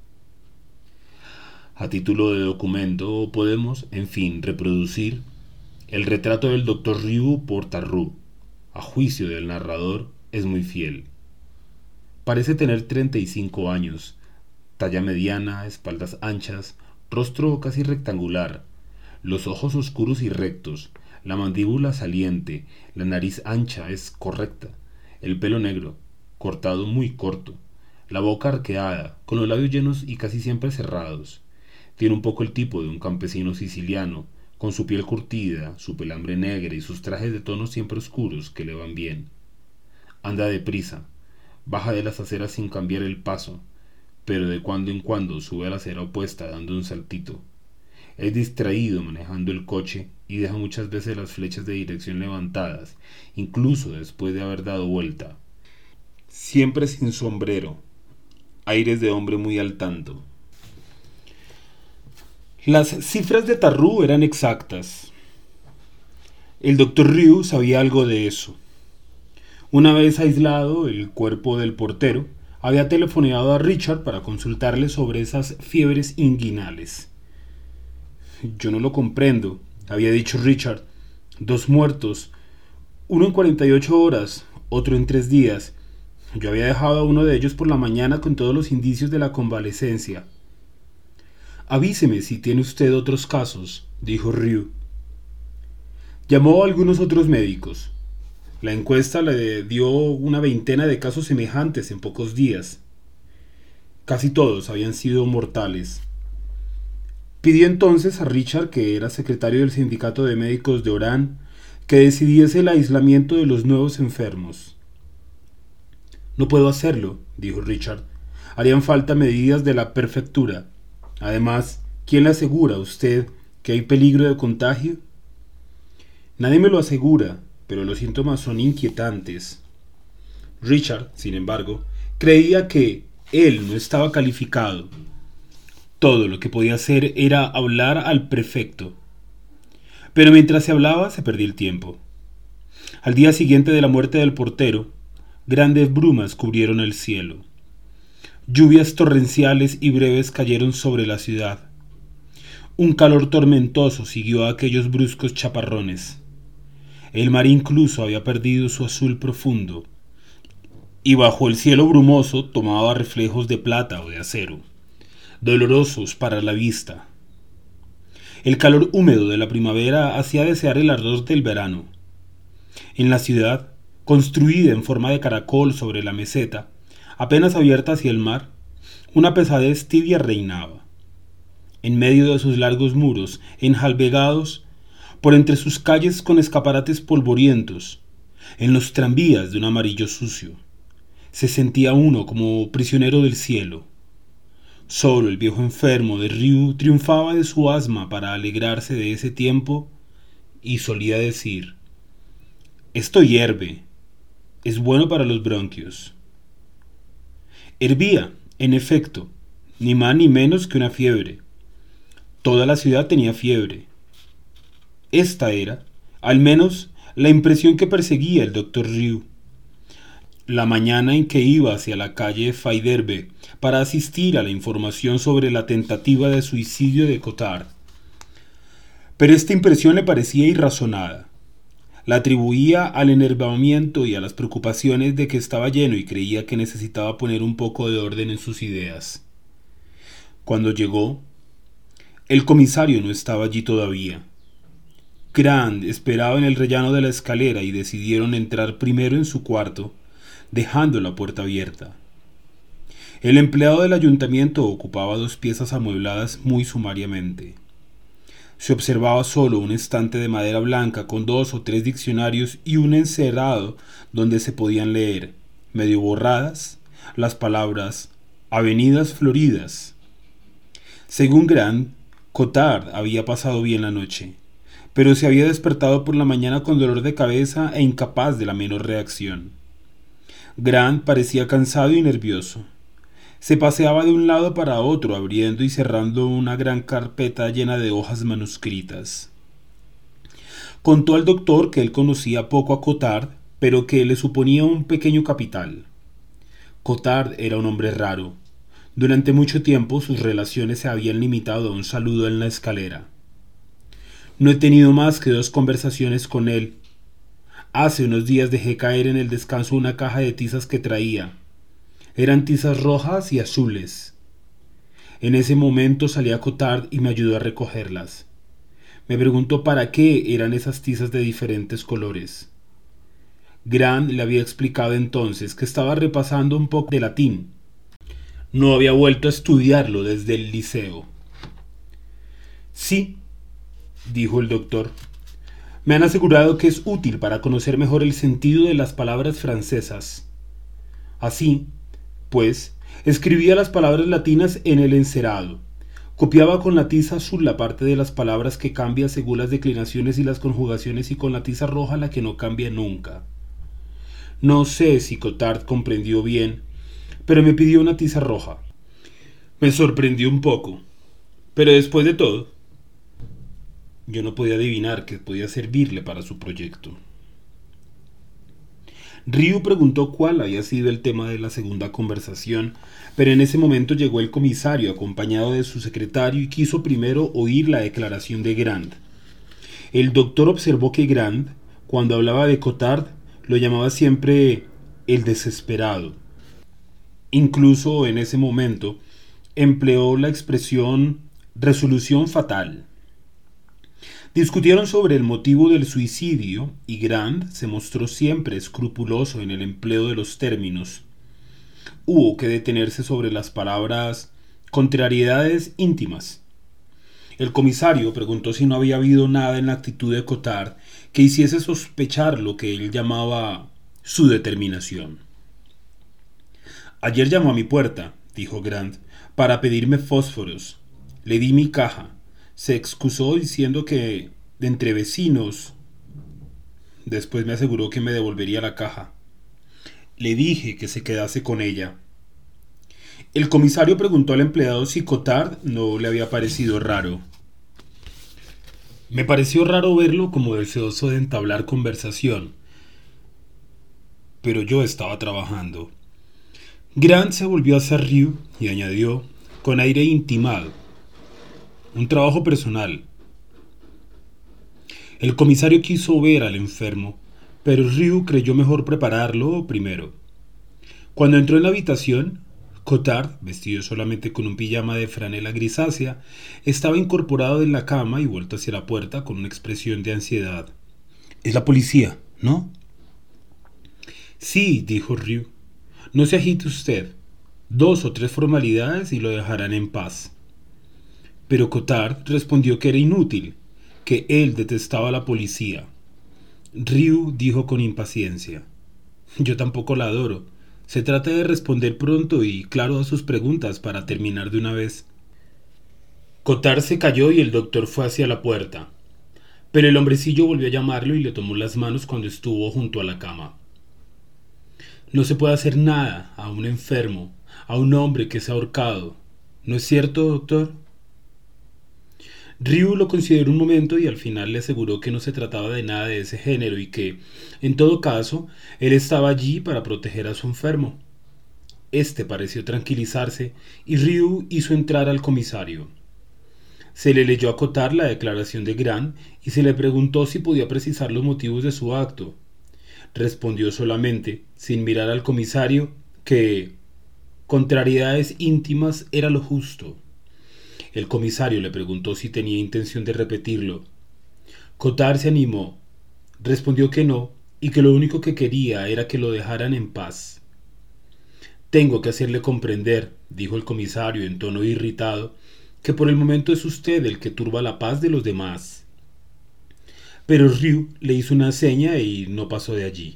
A título de documento podemos, en fin, reproducir el retrato del Dr. Ryu por Tarrú. A juicio del narrador, es muy fiel. Parece tener 35 años, talla mediana, espaldas anchas, rostro casi rectangular, los ojos oscuros y rectos, la mandíbula saliente, la nariz ancha es correcta, el pelo negro, cortado muy corto, la boca arqueada, con los labios llenos y casi siempre cerrados. Tiene un poco el tipo de un campesino siciliano, con su piel curtida, su pelambre negra y sus trajes de tonos siempre oscuros que le van bien. Anda deprisa, baja de las aceras sin cambiar el paso, pero de cuando en cuando sube a la acera opuesta dando un saltito. Es distraído manejando el coche y deja muchas veces las flechas de dirección levantadas, incluso después de haber dado vuelta. Siempre sin sombrero, aires de hombre muy al tanto. Las cifras de Tarrou eran exactas. El doctor Ryu sabía algo de eso. Una vez aislado el cuerpo del portero, había telefoneado a Richard para consultarle sobre esas fiebres inguinales. Yo no lo comprendo, había dicho Richard. 2 muertos, uno en 48 horas, otro en 3 días. Yo había dejado a uno de ellos por la mañana con todos los indicios de la convalecencia. Avíseme si tiene usted otros casos, dijo Ryu. Llamó a algunos otros médicos. La encuesta le dio una veintena de casos semejantes en pocos días. Casi todos habían sido mortales. Pidió entonces a Richard, que era secretario del sindicato de médicos de Orán, que decidiese el aislamiento de los nuevos enfermos. No puedo hacerlo, dijo Richard. Harían falta medidas de la prefectura. Además, ¿quién le asegura a usted que hay peligro de contagio? Nadie me lo asegura, pero los síntomas son inquietantes. Richard, sin embargo, creía que él no estaba calificado. Todo lo que podía hacer era hablar al prefecto. Pero mientras se hablaba, se perdía el tiempo. Al día siguiente de la muerte del portero, grandes brumas cubrieron el cielo. Lluvias torrenciales y breves cayeron sobre la ciudad. Un calor tormentoso siguió a aquellos bruscos chaparrones. El mar incluso había perdido su azul profundo, y bajo el cielo brumoso tomaba reflejos de plata o de acero, dolorosos para la vista. El calor húmedo de la primavera hacía desear el ardor del verano. En la ciudad, construida en forma de caracol sobre la meseta, apenas abierta hacia el mar, una pesadez tibia reinaba. En medio de sus largos muros, enjalbegados, por entre sus calles con escaparates polvorientos, en los tranvías de un amarillo sucio, se sentía uno como prisionero del cielo. Solo el viejo enfermo de Ryu triunfaba de su asma para alegrarse de ese tiempo y solía decir: «Esto hierve, es bueno para los bronquios». Hervía, en efecto, ni más ni menos que una fiebre. Toda la ciudad tenía fiebre. Esta era, al menos, la impresión que perseguía el doctor Ryu. La mañana en que iba hacia la calle Faidherbe para asistir a la información sobre la tentativa de suicidio de Cottard. Pero esta impresión le parecía irrazonada. La atribuía al enervamiento y a las preocupaciones de que estaba lleno y creía que necesitaba poner un poco de orden en sus ideas. Cuando llegó, el comisario no estaba allí todavía. Grant esperaba en el rellano de la escalera y decidieron entrar primero en su cuarto, dejando la puerta abierta. El empleado del ayuntamiento ocupaba 2 piezas amuebladas muy sumariamente. Se observaba solo un estante de madera blanca con 2 o 3 diccionarios y un encerado donde se podían leer, medio borradas, las palabras «Avenidas Floridas». Según Grant, Cottard había pasado bien la noche, pero se había despertado por la mañana con dolor de cabeza e incapaz de la menor reacción. Grant parecía cansado y nervioso. Se paseaba de un lado para otro, abriendo y cerrando una gran carpeta llena de hojas manuscritas. Contó al doctor que él conocía poco a Cottard, pero que le suponía un pequeño capital. Cottard era un hombre raro. Durante mucho tiempo sus relaciones se habían limitado a un saludo en la escalera. No he tenido más que 2 conversaciones con él. Hace unos días dejé caer en el descanso una caja de tizas que traía. Eran tizas rojas y azules. En ese momento salí a Cottard y me ayudó a recogerlas. Me preguntó para qué eran esas tizas de diferentes colores. Grant le había explicado entonces que estaba repasando un poco de latín. No había vuelto a estudiarlo desde el liceo. Sí, dijo el doctor. Me han asegurado que es útil para conocer mejor el sentido de las palabras francesas. Así, pues, escribía las palabras latinas en el encerado, Copiaba con la tiza azul la parte de las palabras que cambia según las declinaciones y las conjugaciones y con la tiza roja la que no cambia nunca. No sé si Cottard comprendió bien, pero me pidió una tiza roja. Me sorprendió un poco, pero después de todo, yo no podía adivinar que podía servirle para su proyecto. Ryu preguntó cuál había sido el tema de la segunda conversación, pero en ese momento llegó el comisario acompañado de su secretario y quiso primero oír la declaración de Grant. El doctor observó que Grant, cuando hablaba de Cottard, lo llamaba siempre el desesperado. Incluso en ese momento empleó la expresión resolución fatal. Discutieron sobre el motivo del suicidio y Grant se mostró siempre escrupuloso en el empleo de los términos. Hubo que detenerse sobre las palabras contrariedades íntimas. El comisario preguntó si no había habido nada en la actitud de Cottard que hiciese sospechar lo que él llamaba su determinación. Ayer llamó a mi puerta, dijo Grant, para pedirme fósforos. Le di mi caja. Se excusó diciendo que de entre vecinos. Después me aseguró que me devolvería la caja. Le dije que se quedase con ella. El comisario preguntó al empleado si Cottard no le había parecido raro. Me pareció raro verlo como deseoso de entablar conversación, pero yo estaba trabajando. Grant se volvió hacia Ryu y añadió, con aire intimado, un trabajo personal. El comisario quiso ver al enfermo, pero Ryu creyó mejor prepararlo primero. Cuando entró en la habitación, Cottard, vestido solamente con un pijama de franela grisácea, estaba incorporado en la cama y vuelto hacia la puerta con una expresión de ansiedad. «Es la policía, ¿no?» «Sí», dijo Ryu. «No se agite usted. 2 o 3 formalidades y lo dejarán en paz». Pero Cottard respondió que era inútil, que él detestaba a la policía. Ryu dijo con impaciencia: «Yo tampoco la adoro. Se trata de responder pronto y claro a sus preguntas para terminar de una vez». Cottard se calló y el doctor fue hacia la puerta. Pero el hombrecillo volvió a llamarlo y le tomó las manos cuando estuvo junto a la cama. «No se puede hacer nada a un enfermo, a un hombre que se ha ahorcado. ¿No es cierto, doctor?» Ryu lo consideró un momento y al final le aseguró que no se trataba de nada de ese género y que, en todo caso, él estaba allí para proteger a su enfermo. Este pareció tranquilizarse y Ryu hizo entrar al comisario. Se le leyó a Cottard la declaración de Grant y se le preguntó si podía precisar los motivos de su acto. Respondió solamente, sin mirar al comisario, que contrariedades íntimas era lo justo. El comisario le preguntó si tenía intención de repetirlo. Cottard se animó, respondió que no y que lo único que quería era que lo dejaran en paz. «Tengo que hacerle comprender», dijo el comisario en tono irritado, «que por el momento es usted el que turba la paz de los demás». Pero Ryu le hizo una seña y no pasó de allí.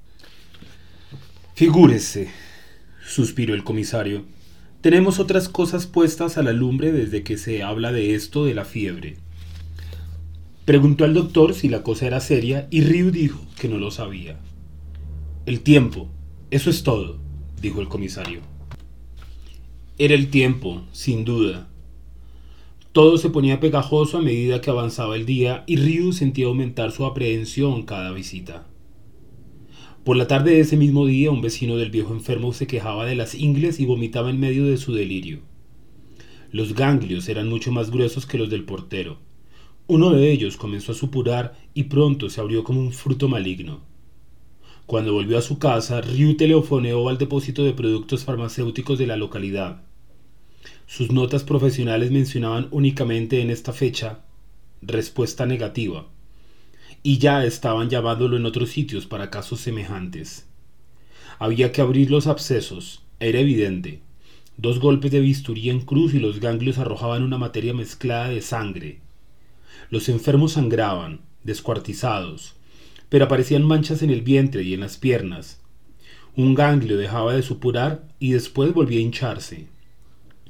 «Figúrese», suspiró el comisario, «tenemos otras cosas puestas a la lumbre desde que se habla de esto de la fiebre». Preguntó al doctor si la cosa era seria y Ryu dijo que no lo sabía. «El tiempo, eso es todo», dijo el comisario. Era el tiempo, sin duda. Todo se ponía pegajoso a medida que avanzaba el día y Ryu sentía aumentar su aprehensión cada visita. Por la tarde de ese mismo día, un vecino del viejo enfermo se quejaba de las ingles y vomitaba en medio de su delirio. Los ganglios eran mucho más gruesos que los del portero. Uno de ellos comenzó a supurar y pronto se abrió como un fruto maligno. Cuando volvió a su casa, Ryu telefoneó al depósito de productos farmacéuticos de la localidad. Sus notas profesionales mencionaban únicamente en esta fecha respuesta negativa, y ya estaban llamándolo en otros sitios para casos semejantes. Había que abrir los abscesos, era evidente. 2 golpes de bisturí en cruz y los ganglios arrojaban una materia mezclada de sangre. Los enfermos sangraban, descuartizados, pero aparecían manchas en el vientre y en las piernas. Un ganglio dejaba de supurar y después volvía a hincharse.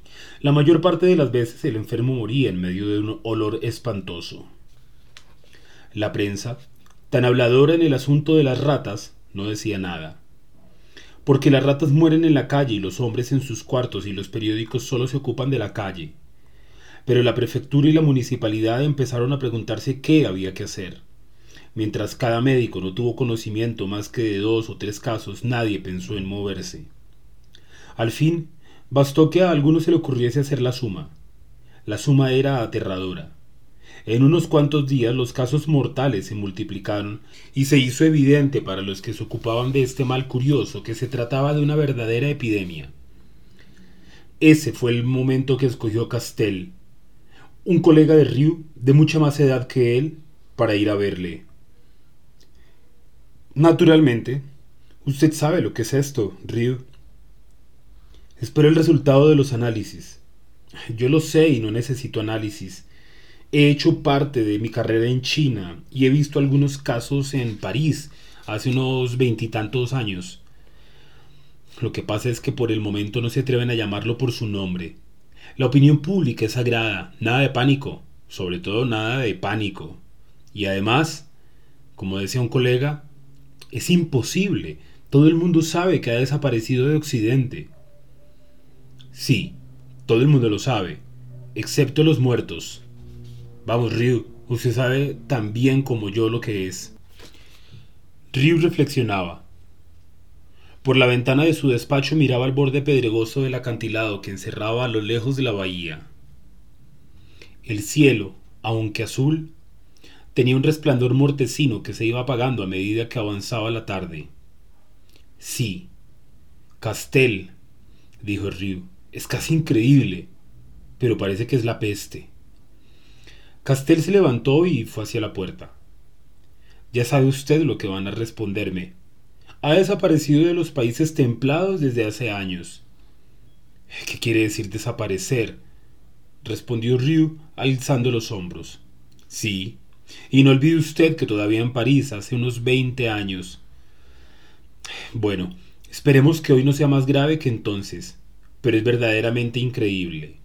La mayor parte de las veces el enfermo moría en medio de un olor espantoso. La prensa, tan habladora en el asunto de las ratas, no decía nada. Porque las ratas mueren en la calle y los hombres en sus cuartos y los periódicos solo se ocupan de la calle. Pero la prefectura y la municipalidad empezaron a preguntarse qué había que hacer. Mientras cada médico no tuvo conocimiento más que de 2 o 3 casos, nadie pensó en moverse. Al fin, bastó que a alguno se le ocurriese hacer la suma. La suma era aterradora. En unos cuantos días los casos mortales se multiplicaron y se hizo evidente para los que se ocupaban de este mal curioso que se trataba de una verdadera epidemia. Ese fue el momento que escogió Castell, un colega de Riou de mucha más edad que él, para ir a verle. Naturalmente, usted sabe lo que es esto, Riou. Espero el resultado de los análisis. Yo lo sé y no necesito análisis. He hecho parte de mi carrera en China y he visto algunos casos en París hace unos 20 y tantos años. Lo que pasa es que por el momento no se atreven a llamarlo por su nombre. La opinión pública es sagrada, nada de pánico, sobre todo nada de pánico. Y además, como decía un colega, es imposible. Todo el mundo sabe que ha desaparecido de Occidente. Sí, todo el mundo lo sabe, excepto los muertos. Vamos, Riou, usted sabe tan bien como yo lo que es. Riou reflexionaba. Por la ventana de su despacho miraba el borde pedregoso del acantilado que encerraba a lo lejos de la bahía. El cielo, aunque azul, tenía un resplandor mortecino que se iba apagando a medida que avanzaba la tarde. Sí, Castell, dijo Riou, es casi increíble, pero parece que es la peste. Castell se levantó y fue hacia la puerta. Ya sabe usted lo que van a responderme. Ha desaparecido de los países templados desde hace años. ¿Qué quiere decir desaparecer?, respondió Riou alzando los hombros. Sí, y no olvide usted que todavía en París hace unos 20 años. Bueno, esperemos que hoy no sea más grave que entonces, pero es verdaderamente increíble.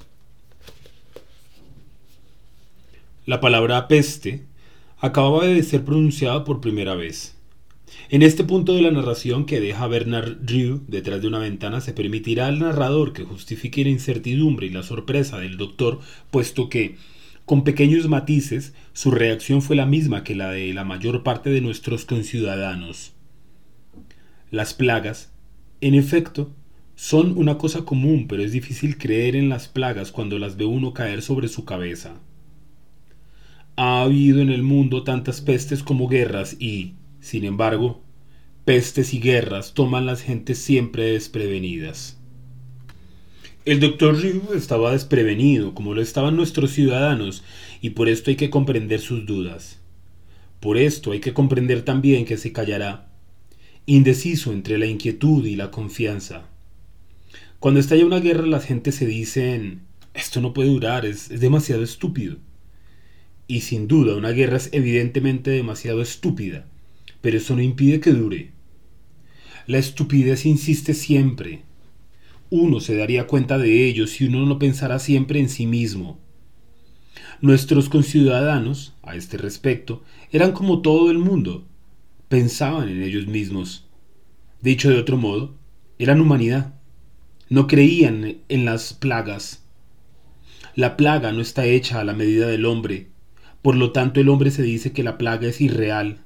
La palabra peste acababa de ser pronunciada por primera vez. En este punto de la narración que deja Bernard Riou detrás de una ventana se permitirá al narrador que justifique la incertidumbre y la sorpresa del doctor, puesto que, con pequeños matices, su reacción fue la misma que la de la mayor parte de nuestros conciudadanos. Las plagas, en efecto, son una cosa común, pero es difícil creer en las plagas cuando las ve uno caer sobre su cabeza. Ha habido en el mundo tantas pestes como guerras y, sin embargo, pestes y guerras toman las gentes siempre desprevenidas. El doctor Riou estaba desprevenido, como lo estaban nuestros ciudadanos, y por esto hay que comprender sus dudas. Por esto hay que comprender también que se callará, indeciso entre la inquietud y la confianza. Cuando estalla una guerra, las gentes se dicen: esto no puede durar, es demasiado estúpido. Y sin duda una guerra es evidentemente demasiado estúpida, pero eso no impide que dure. La estupidez insiste siempre. Uno se daría cuenta de ello si uno no pensara siempre en sí mismo. Nuestros conciudadanos, a este respecto, eran como todo el mundo. Pensaban en ellos mismos. Dicho de otro modo, eran humanidad. No creían en las plagas. La plaga no está hecha a la medida del hombre. Por lo tanto, el hombre se dice que la plaga es irreal.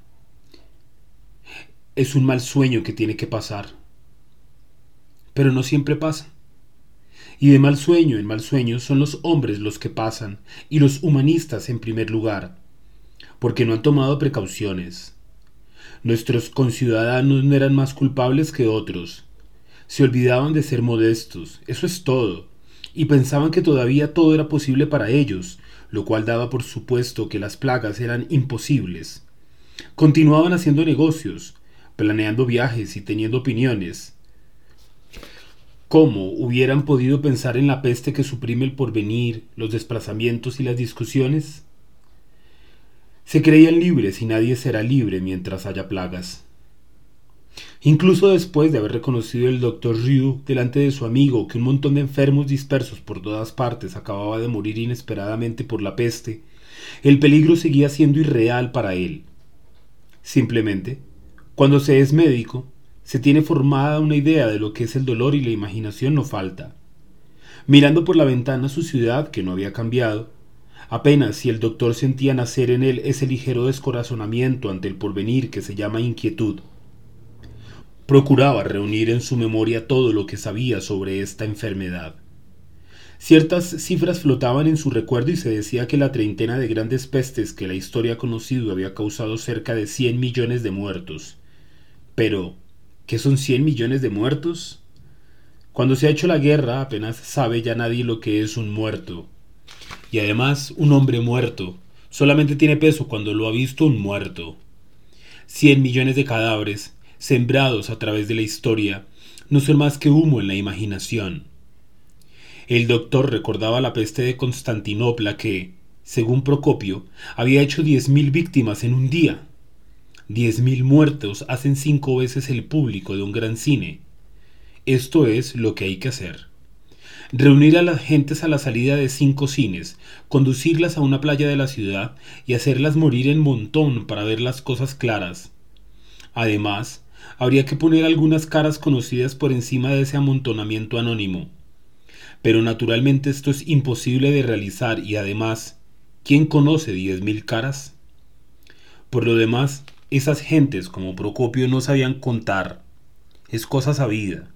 Es un mal sueño que tiene que pasar. Pero no siempre pasa. Y de mal sueño en mal sueño son los hombres los que pasan, y los humanistas en primer lugar, porque no han tomado precauciones. Nuestros conciudadanos no eran más culpables que otros. Se olvidaban de ser modestos, eso es todo, y pensaban que todavía todo era posible para ellos, lo cual daba por supuesto que las plagas eran imposibles. Continuaban haciendo negocios, planeando viajes y teniendo opiniones. ¿Cómo hubieran podido pensar en la peste que suprime el porvenir, los desplazamientos y las discusiones? Se creían libres y nadie será libre mientras haya plagas. Incluso después de haber reconocido el doctor Ryu delante de su amigo que un montón de enfermos dispersos por todas partes acababa de morir inesperadamente por la peste, el peligro seguía siendo irreal para él. Simplemente, cuando se es médico, se tiene formada una idea de lo que es el dolor y la imaginación no falta. Mirando por la ventana su ciudad, que no había cambiado, apenas si el doctor sentía nacer en él ese ligero descorazonamiento ante el porvenir que se llama inquietud. Procuraba reunir en su memoria todo lo que sabía sobre esta enfermedad. Ciertas cifras flotaban en su recuerdo y se decía que la treintena de grandes pestes que la historia ha conocido había causado cerca de 100 millones de muertos. Pero, ¿qué son 100 millones de muertos? Cuando se ha hecho la guerra apenas sabe ya nadie lo que es un muerto. Y además, un hombre muerto solamente tiene peso cuando lo ha visto un muerto. 100 millones de cadáveres, sembrados a través de la historia, no son más que humo en la imaginación. El doctor recordaba la peste de Constantinopla que, según Procopio, había hecho 10.000 víctimas en un día. 10.000 muertos hacen 5 veces el público de un gran cine. Esto es lo que hay que hacer. Reunir a las gentes a la salida de 5 cines, conducirlas a una playa de la ciudad y hacerlas morir en montón para ver las cosas claras. Además, habría que poner algunas caras conocidas por encima de ese amontonamiento anónimo. Pero naturalmente esto es imposible de realizar y además, ¿quién conoce 10.000 caras? Por lo demás, esas gentes como Procopio no sabían contar. Es cosa sabida.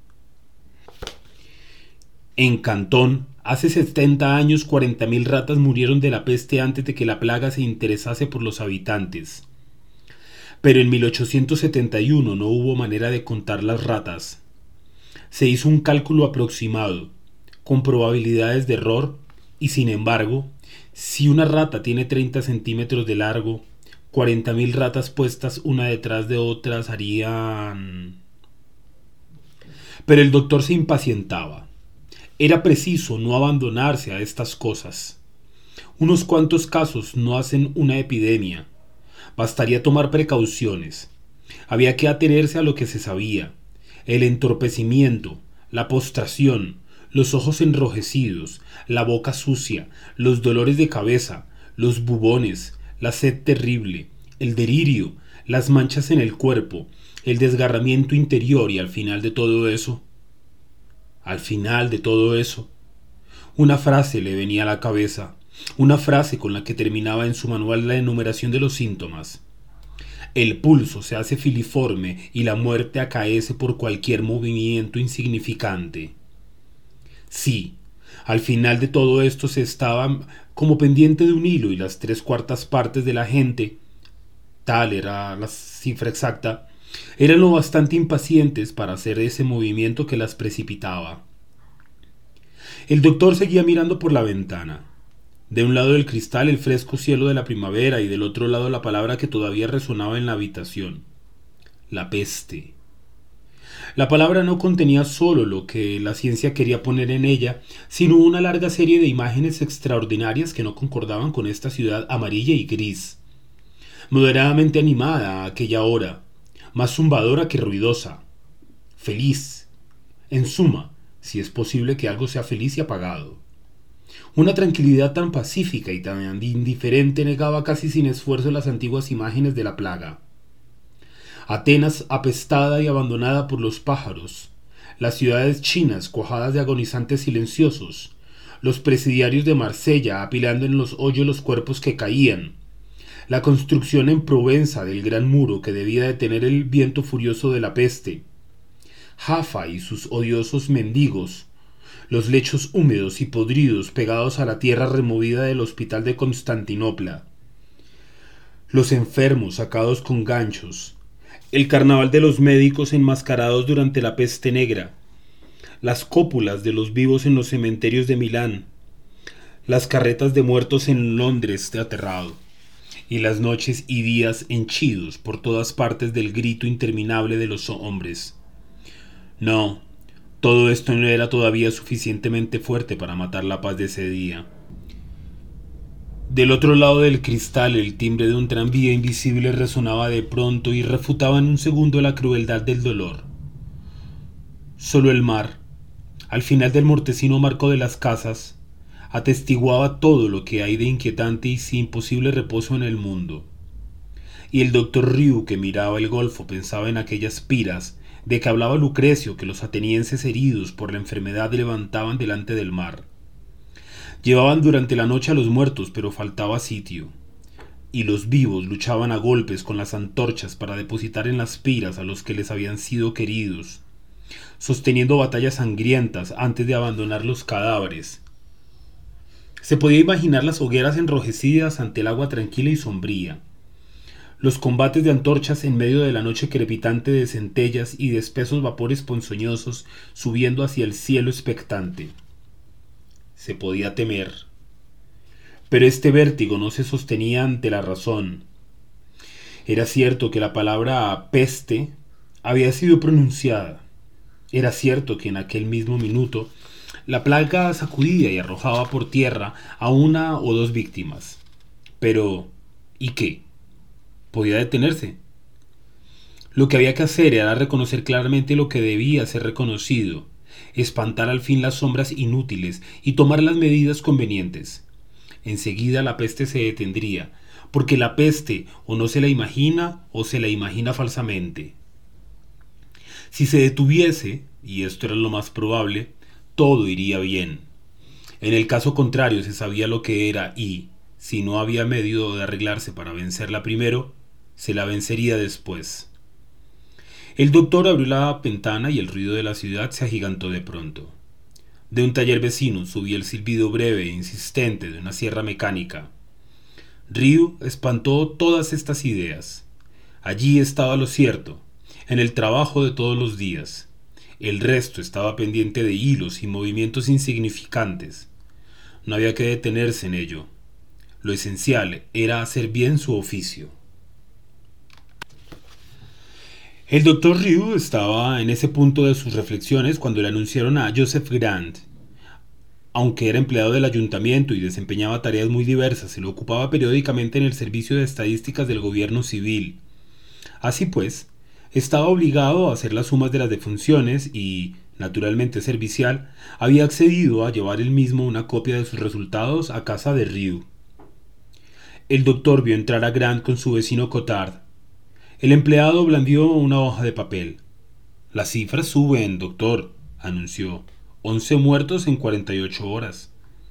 En Cantón, hace 70 años 40.000 ratas murieron de la peste antes de que la plaga se interesase por los habitantes. Pero en 1871 no hubo manera de contar las ratas. Se hizo un cálculo aproximado, con probabilidades de error, y sin embargo, si una rata tiene 30 centímetros de largo, 40.000 ratas puestas una detrás de otras harían... Pero el doctor se impacientaba. Era preciso no abandonarse a estas cosas. Unos cuantos casos no hacen una epidemia. Bastaría tomar precauciones. Había que atenerse a lo que se sabía. El entorpecimiento, la postración, los ojos enrojecidos, la boca sucia, los dolores de cabeza, los bubones, la sed terrible, el delirio, las manchas en el cuerpo, el desgarramiento interior y al final de todo eso, una frase le venía a la cabeza, una frase con la que terminaba en su manual la enumeración de los síntomas. El pulso se hace filiforme y la muerte acaece por cualquier movimiento insignificante. Sí, al final de todo esto se estaba como pendiente de un hilo y las 3/4 partes de la gente, tal era la cifra exacta, eran lo bastante impacientes para hacer ese movimiento que las precipitaba. El doctor seguía mirando por la ventana. De un lado del cristal el fresco cielo de la primavera y del otro lado la palabra que todavía resonaba en la habitación. La peste. La palabra no contenía solo lo que la ciencia quería poner en ella, sino una larga serie de imágenes extraordinarias que no concordaban con esta ciudad amarilla y gris. Moderadamente animada a aquella hora, más zumbadora que ruidosa. Feliz. En suma, si es posible que algo sea feliz y apagado. Una tranquilidad tan pacífica y tan indiferente negaba casi sin esfuerzo las antiguas imágenes de la plaga. Atenas apestada y abandonada por los pájaros, las ciudades chinas cuajadas de agonizantes silenciosos, los presidiarios de Marsella apilando en los hoyos los cuerpos que caían, la construcción en Provenza del gran muro que debía detener el viento furioso de la peste, Jaffa y sus odiosos mendigos, los lechos húmedos y podridos pegados a la tierra removida del hospital de Constantinopla, los enfermos sacados con ganchos, el carnaval de los médicos enmascarados durante la peste negra, las cópulas de los vivos en los cementerios de Milán, las carretas de muertos en Londres de aterrado, y las noches y días henchidos por todas partes del grito interminable de los hombres. No, todo esto no era todavía suficientemente fuerte para matar la paz de ese día. Del otro lado del cristal, el timbre de un tranvía invisible resonaba de pronto y refutaba en un segundo la crueldad del dolor. Solo el mar, al final del mortecino marco de las casas, atestiguaba todo lo que hay de inquietante y sin posible reposo en el mundo. Y el doctor Ryu, que miraba el golfo, pensaba en aquellas piras de que hablaba Lucrecio que los atenienses heridos por la enfermedad levantaban delante del mar. Llevaban durante la noche a los muertos, pero faltaba sitio, y los vivos luchaban a golpes con las antorchas para depositar en las piras a los que les habían sido queridos, sosteniendo batallas sangrientas antes de abandonar los cadáveres. Se podía imaginar las hogueras enrojecidas ante el agua tranquila y sombría, los combates de antorchas en medio de la noche crepitante de centellas y de espesos vapores ponzoñosos subiendo hacia el cielo expectante. Se podía temer. Pero este vértigo no se sostenía ante la razón. Era cierto que la palabra peste había sido pronunciada. Era cierto que en aquel mismo minuto la plaga sacudía y arrojaba por tierra a una o dos víctimas. Pero, ¿y qué? ¿Podía detenerse? Lo que había que hacer era reconocer claramente lo que debía ser reconocido, espantar al fin las sombras inútiles y tomar las medidas convenientes. Enseguida la peste se detendría, porque la peste o no se la imagina o se la imagina falsamente. Si se detuviese, y esto era lo más probable, todo iría bien. En el caso contrario se sabía lo que era y, si no había medio de arreglarse para vencerla primero, se la vencería después. El doctor abrió la ventana y el ruido de la ciudad se agigantó de pronto. De un taller vecino subía el silbido breve e insistente de una sierra mecánica. Ryu espantó todas estas ideas. Allí estaba lo cierto, en el trabajo de todos los días. El resto estaba pendiente de hilos y movimientos insignificantes. No había que detenerse en ello. Lo esencial era hacer bien su oficio. El doctor Ryu estaba en ese punto de sus reflexiones cuando le anunciaron a Joseph Grant. Aunque era empleado del ayuntamiento y desempeñaba tareas muy diversas, se lo ocupaba periódicamente en el servicio de estadísticas del gobierno civil. Así pues, estaba obligado a hacer las sumas de las defunciones y, naturalmente servicial, había accedido a llevar él mismo una copia de sus resultados a casa de Ryu. El doctor vio entrar a Grant con su vecino Cotard. El empleado blandió una hoja de papel. Las cifras suben, doctor, anunció. 11 muertos en 48 horas.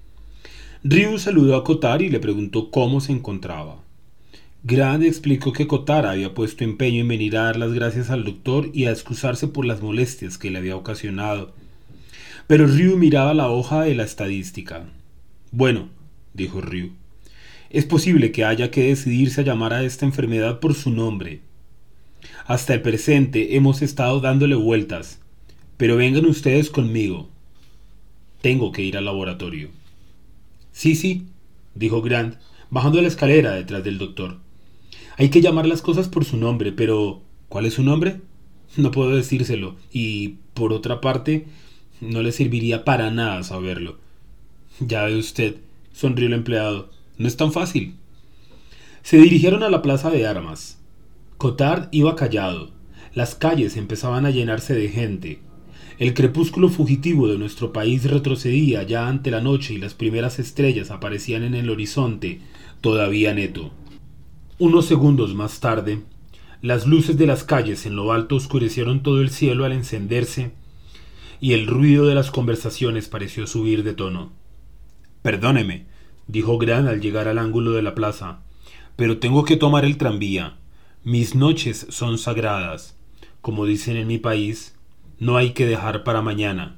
Ryu saludó a Cotard y le preguntó cómo se encontraba. Grant explicó que Cotard había puesto empeño en venir a dar las gracias al doctor y a excusarse por las molestias que le había ocasionado. Pero Ryu miraba la hoja de la estadística. Bueno, dijo Ryu, es posible que haya que decidirse a llamar a esta enfermedad por su nombre. Hasta el presente hemos estado dándole vueltas, pero vengan ustedes conmigo. Tengo que ir al laboratorio. Sí, dijo Grant, bajando la escalera detrás del doctor. Hay que llamar las cosas por su nombre, pero ¿cuál es su nombre? No puedo decírselo, y, por otra parte, no le serviría para nada saberlo. Ya ve usted, sonrió el empleado, no es tan fácil. Se dirigieron a la plaza de armas. Cotard iba callado. Las calles empezaban a llenarse de gente. El crepúsculo fugitivo de nuestro país retrocedía ya ante la noche y las primeras estrellas aparecían en el horizonte, todavía neto. Unos segundos más tarde, las luces de las calles en lo alto oscurecieron todo el cielo al encenderse y el ruido de las conversaciones pareció subir de tono. Perdóneme, dijo Grant al llegar al ángulo de la plaza, pero tengo que tomar el tranvía. Mis noches son sagradas. Como dicen en mi país, no hay que dejar para mañana.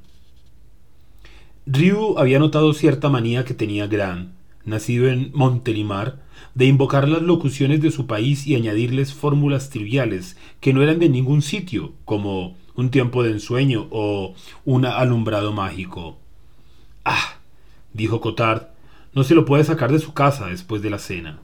Ryu había notado cierta manía que tenía Grant, nacido en Montelimar, de invocar las locuciones de su país y añadirles fórmulas triviales que no eran de ningún sitio, como un tiempo de ensueño o un alumbrado mágico. «Ah», dijo Cotard, «no se lo puede sacar de su casa después de la cena».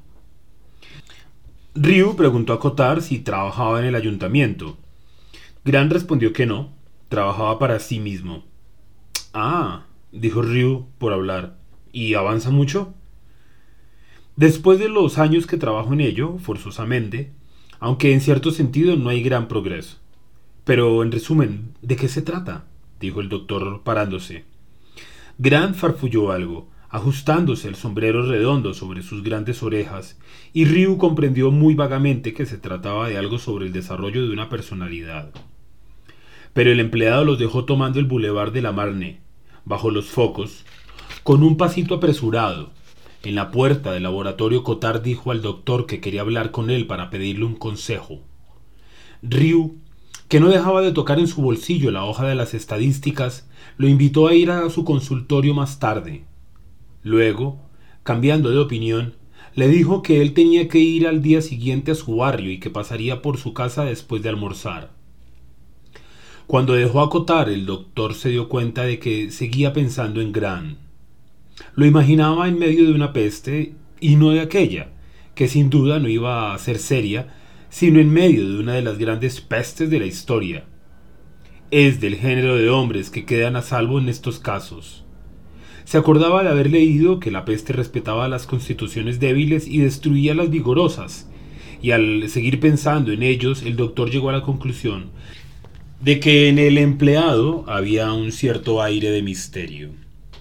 Ryu preguntó a Cotard si trabajaba en el ayuntamiento. Grant respondió que no, trabajaba para sí mismo. «Ah», dijo Ryu por hablar, «¿y avanza mucho?» Después de los años que trabajo en ello, forzosamente, aunque en cierto sentido no hay gran progreso. Pero, en resumen, ¿de qué se trata?, dijo el doctor parándose. Grant farfulló algo, ajustándose el sombrero redondo sobre sus grandes orejas, y Ryu comprendió muy vagamente que se trataba de algo sobre el desarrollo de una personalidad. Pero el empleado los dejó tomando el boulevard de la Marne, bajo los focos, con un pasito apresurado. En la puerta del laboratorio, Cottard dijo al doctor que quería hablar con él para pedirle un consejo. Ryu, que no dejaba de tocar en su bolsillo la hoja de las estadísticas, lo invitó a ir a su consultorio más tarde. Luego, cambiando de opinión, le dijo que él tenía que ir al día siguiente a su barrio y que pasaría por su casa después de almorzar. Cuando dejó a Cottard, el doctor se dio cuenta de que seguía pensando en Grant. Lo imaginaba en medio de una peste, y no de aquella, que sin duda no iba a ser seria, sino en medio de una de las grandes pestes de la historia. Es del género de hombres que quedan a salvo en estos casos. Se acordaba de haber leído que la peste respetaba las constituciones débiles y destruía las vigorosas, y al seguir pensando en ellos, el doctor llegó a la conclusión de que en el empleado había un cierto aire de misterio.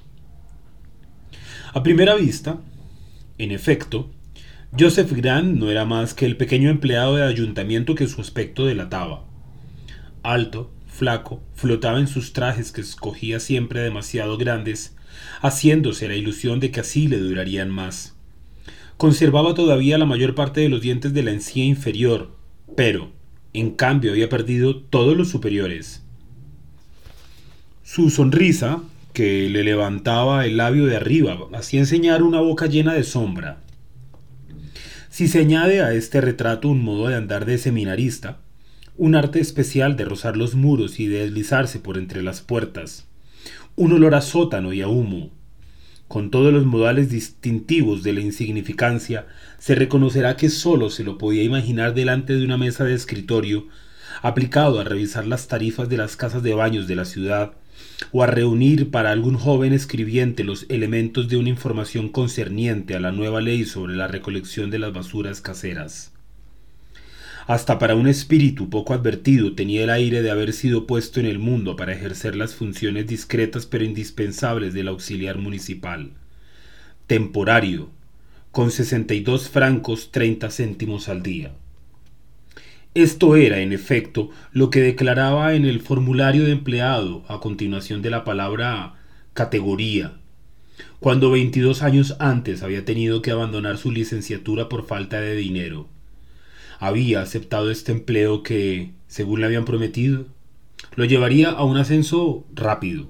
A primera vista, en efecto, Joseph Grant no era más que el pequeño empleado de ayuntamiento que su aspecto delataba. Alto, flaco, flotaba en sus trajes que escogía siempre demasiado grandes, haciéndose la ilusión de que así le durarían más. Conservaba todavía la mayor parte de los dientes de la encía inferior, pero, en cambio, había perdido todos los superiores. Su sonrisa, que le levantaba el labio de arriba, hacía enseñar una boca llena de sombra. Si se añade a este retrato un modo de andar de seminarista, un arte especial de rozar los muros y de deslizarse por entre las puertas, un olor a sótano y a humo, con todos los modales distintivos de la insignificancia, se reconocerá que sólo se lo podía imaginar delante de una mesa de escritorio, aplicado a revisar las tarifas de las casas de baños de la ciudad, o a reunir para algún joven escribiente los elementos de una información concerniente a la nueva ley sobre la recolección de las basuras caseras. Hasta para un espíritu poco advertido tenía el aire de haber sido puesto en el mundo para ejercer las funciones discretas pero indispensables del auxiliar municipal. Temporario, con 62 francos 30 céntimos al día. Esto era, en efecto, lo que declaraba en el formulario de empleado a continuación de la palabra categoría, cuando 22 años antes había tenido que abandonar su licenciatura por falta de dinero. Había aceptado este empleo que, según le habían prometido, lo llevaría a un ascenso rápido.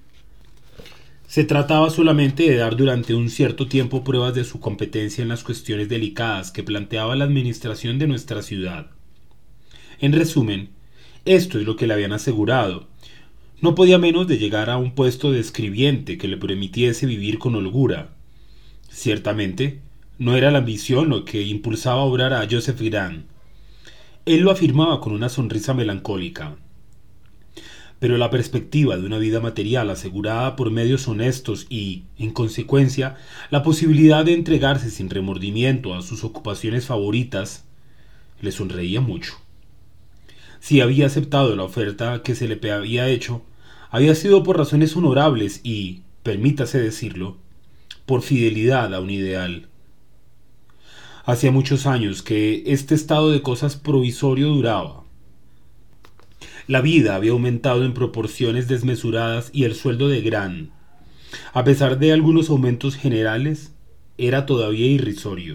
Se trataba solamente de dar durante un cierto tiempo pruebas de su competencia en las cuestiones delicadas que planteaba la administración de nuestra ciudad. En resumen, esto es lo que le habían asegurado. No podía menos de llegar a un puesto de escribiente que le permitiese vivir con holgura. Ciertamente, no era la ambición lo que impulsaba a obrar a Joseph Grant. Él lo afirmaba con una sonrisa melancólica. Pero la perspectiva de una vida material asegurada por medios honestos y, en consecuencia, la posibilidad de entregarse sin remordimiento a sus ocupaciones favoritas, le sonreía mucho. Si había aceptado la oferta que se le había hecho, había sido por razones honorables y, permítase decirlo, por fidelidad a un ideal. Hacía muchos años que este estado de cosas provisorio duraba. La vida había aumentado en proporciones desmesuradas y el sueldo de Grant, a pesar de algunos aumentos generales, era todavía irrisorio.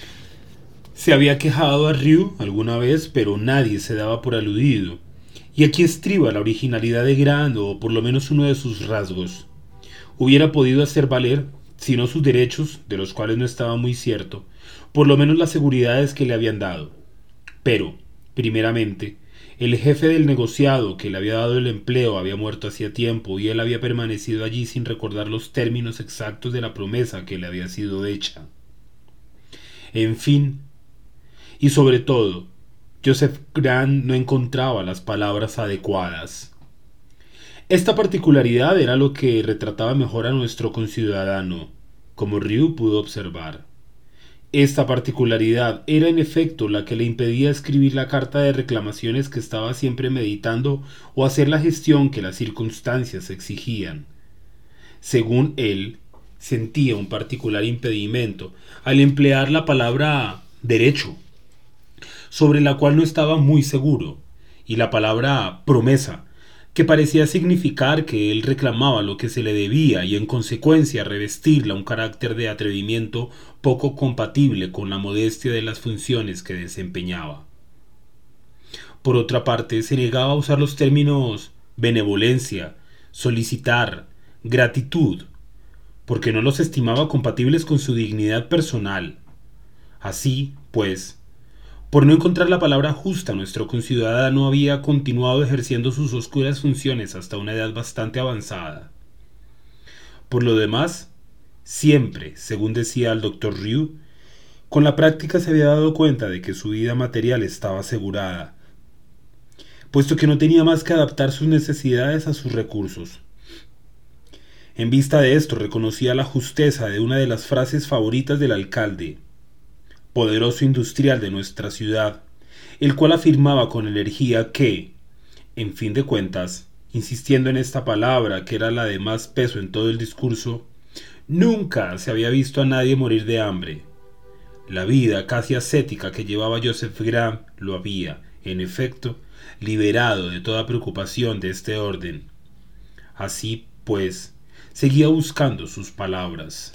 Se había quejado a Ryu alguna vez, pero nadie se daba por aludido. Y aquí estriba la originalidad de Grant, o por lo menos uno de sus rasgos. Hubiera podido hacer valer, si no sus derechos, de los cuales no estaba muy cierto, por lo menos las seguridades que le habían dado. Pero, primeramente, el jefe del negociado que le había dado el empleo había muerto hacía tiempo y él había permanecido allí sin recordar los términos exactos de la promesa que le había sido hecha. En fin, y sobre todo, Joseph Grant no encontraba las palabras adecuadas. Esta particularidad era lo que retrataba mejor a nuestro conciudadano, como Ryu pudo observar. Esta particularidad era en efecto la que le impedía escribir la carta de reclamaciones que estaba siempre meditando o hacer la gestión que las circunstancias exigían. Según él, sentía un particular impedimento al emplear la palabra derecho, sobre la cual no estaba muy seguro, y la palabra promesa, que parecía significar que él reclamaba lo que se le debía y en consecuencia revestirla un carácter de atrevimiento poco compatible con la modestia de las funciones que desempeñaba. Por otra parte, se negaba a usar los términos benevolencia, solicitar, gratitud, porque no los estimaba compatibles con su dignidad personal. Así, pues, por no encontrar la palabra justa, nuestro conciudadano había continuado ejerciendo sus oscuras funciones hasta una edad bastante avanzada. Por lo demás, siempre, según decía el doctor Rieu, con la práctica se había dado cuenta de que su vida material estaba asegurada, puesto que no tenía más que adaptar sus necesidades a sus recursos. En vista de esto, reconocía la justeza de una de las frases favoritas del alcalde, poderoso industrial de nuestra ciudad, el cual afirmaba con energía que, en fin de cuentas, insistiendo en esta palabra que era la de más peso en todo el discurso, nunca se había visto a nadie morir de hambre. La vida casi ascética que llevaba Joseph Graham lo había, en efecto, liberado de toda preocupación de este orden. Así, pues, seguía buscando sus palabras.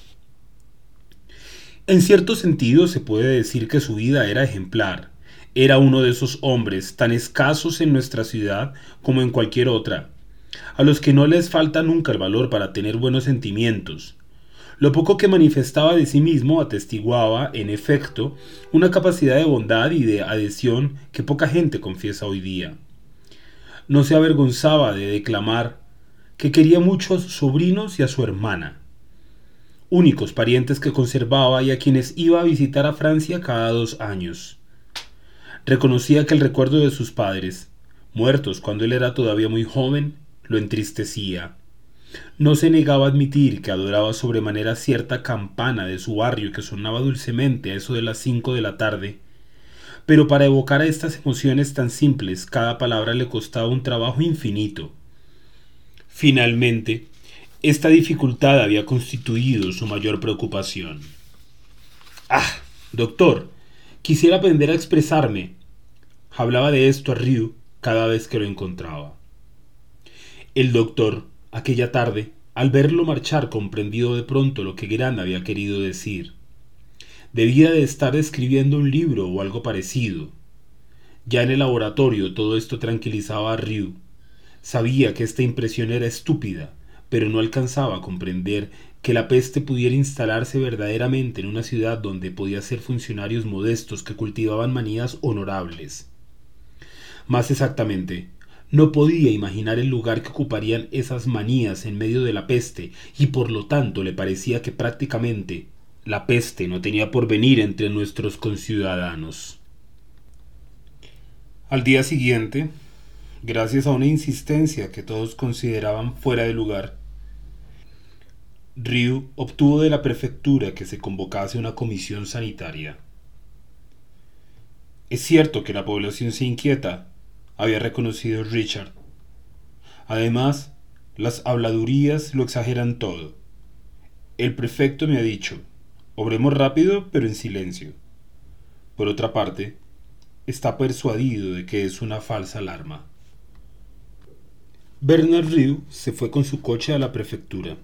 En cierto sentido se puede decir que su vida era ejemplar. Era uno de esos hombres tan escasos en nuestra ciudad como en cualquier otra, a los que no les falta nunca el valor para tener buenos sentimientos. Lo poco que manifestaba de sí mismo atestiguaba, en efecto, una capacidad de bondad y de adhesión que poca gente confiesa hoy día. No se avergonzaba de declamar que quería mucho a sus sobrinos y a su hermana, únicos parientes que conservaba y a quienes iba a visitar a Francia cada 2 años. Reconocía que el recuerdo de sus padres, muertos cuando él era todavía muy joven, lo entristecía. No se negaba a admitir que adoraba sobremanera cierta campana de su barrio que sonaba dulcemente a eso de las 5 de la tarde, pero para evocar a estas emociones tan simples cada palabra le costaba un trabajo infinito. Finalmente, esta dificultad había constituido su mayor preocupación. «Ah, doctor, quisiera aprender a expresarme», hablaba de esto a Rieu cada vez que lo encontraba. El doctor, aquella tarde, al verlo marchar, comprendió de pronto lo que Graham había querido decir. Debía de estar escribiendo un libro o algo parecido. Ya en el laboratorio todo esto tranquilizaba a Rieu. Sabía que esta impresión era estúpida, pero no alcanzaba a comprender que la peste pudiera instalarse verdaderamente en una ciudad donde podía ser funcionarios modestos que cultivaban manías honorables. Más exactamente, no podía imaginar el lugar que ocuparían esas manías en medio de la peste, y por lo tanto le parecía que prácticamente la peste no tenía porvenir entre nuestros conciudadanos. Al día siguiente, gracias a una insistencia que todos consideraban fuera de lugar, Rieu obtuvo de la prefectura que se convocase una comisión sanitaria. Es cierto que la población se inquieta, había reconocido Richard. Además, las habladurías lo exageran todo. El prefecto me ha dicho, obremos rápido pero en silencio. Por otra parte, está persuadido de que es una falsa alarma. Bernard Rieu se fue con su coche a la prefectura.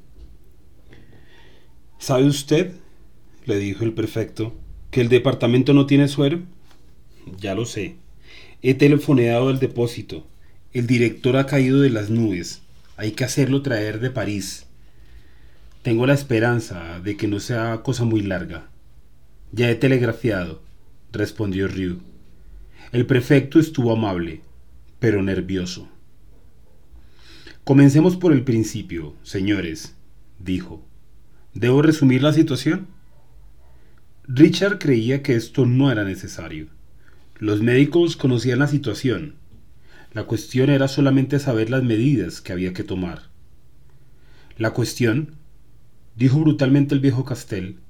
¿Sabe usted?, le dijo el prefecto, ¿que el departamento no tiene suero? Ya lo sé. He telefoneado al depósito. El director ha caído de las nubes. Hay que hacerlo traer de París. Tengo la esperanza de que no sea cosa muy larga. Ya he telegrafiado, respondió Rieu. El prefecto estuvo amable, pero nervioso. Comencemos por el principio, señores, dijo. ¿Debo resumir la situación? Richard creía que esto no era necesario. Los médicos conocían la situación. La cuestión era solamente saber las medidas que había que tomar. La cuestión, dijo brutalmente el viejo Castel,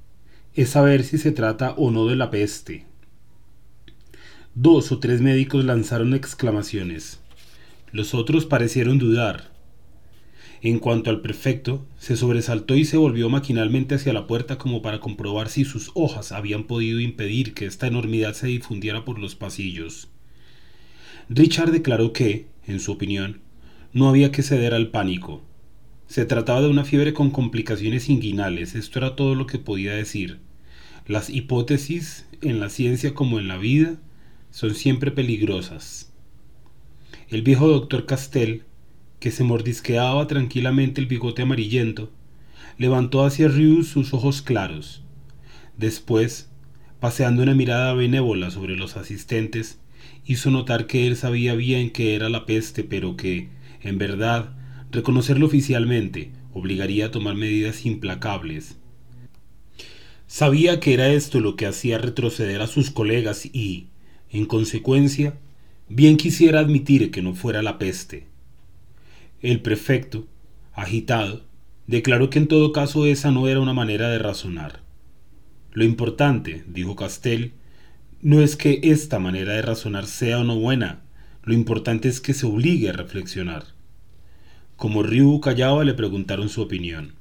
es saber si se trata o no de la peste. 2 o 3 médicos lanzaron exclamaciones. Los otros parecieron dudar. En cuanto al prefecto, se sobresaltó y se volvió maquinalmente hacia la puerta como para comprobar si sus hojas habían podido impedir que esta enormidad se difundiera por los pasillos. Richard declaró que, en su opinión, no había que ceder al pánico. Se trataba de una fiebre con complicaciones inguinales, esto era todo lo que podía decir. Las hipótesis, en la ciencia como en la vida, son siempre peligrosas. El viejo doctor Castell, que se mordisqueaba tranquilamente el bigote amarillento, levantó hacia Rue sus ojos claros. Después, paseando una mirada benévola sobre los asistentes, hizo notar que él sabía bien que era la peste, pero que, en verdad, reconocerlo oficialmente obligaría a tomar medidas implacables. Sabía que era esto lo que hacía retroceder a sus colegas y, en consecuencia, bien quisiera admitir que no fuera la peste. El prefecto, agitado, declaró que en todo caso esa no era una manera de razonar. Lo importante, dijo Castell, no es que esta manera de razonar sea o no buena, lo importante es que se obligue a reflexionar. Como Ryu callaba, le preguntaron su opinión.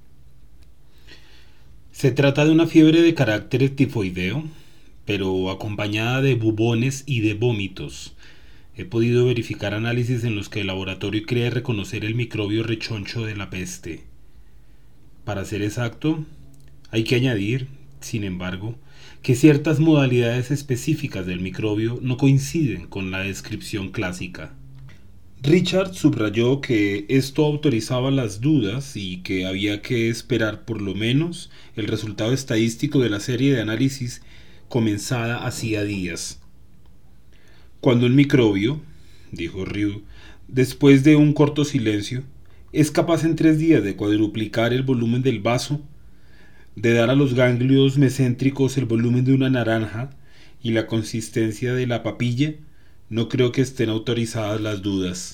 Se trata de una fiebre de carácter tifoideo, pero acompañada de bubones y de vómitos. He podido verificar análisis en los que el laboratorio cree reconocer el microbio rechoncho de la peste. Para ser exacto, hay que añadir, sin embargo, que ciertas modalidades específicas del microbio no coinciden con la descripción clásica. Richard subrayó que esto autorizaba las dudas y que había que esperar por lo menos el resultado estadístico de la serie de análisis comenzada hacía días. Cuando un microbio, dijo Ryu, después de un corto silencio, es capaz en 3 días de cuadruplicar el volumen del vaso, de dar a los ganglios mescéntricos el volumen de una naranja y la consistencia de la papilla, no creo que estén autorizadas las dudas.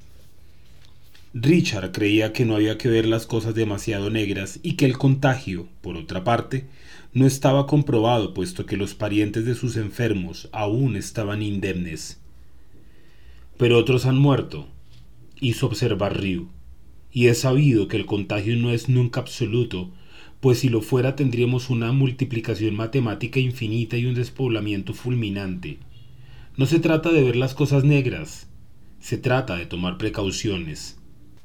Richard creía que no había que ver las cosas demasiado negras y que el contagio, por otra parte, no estaba comprobado, puesto que los parientes de sus enfermos aún estaban indemnes. Pero otros han muerto, hizo observar Ryu, y es sabido que el contagio no es nunca absoluto, pues si lo fuera tendríamos una multiplicación matemática infinita y un despoblamiento fulminante. No se trata de ver las cosas negras, se trata de tomar precauciones.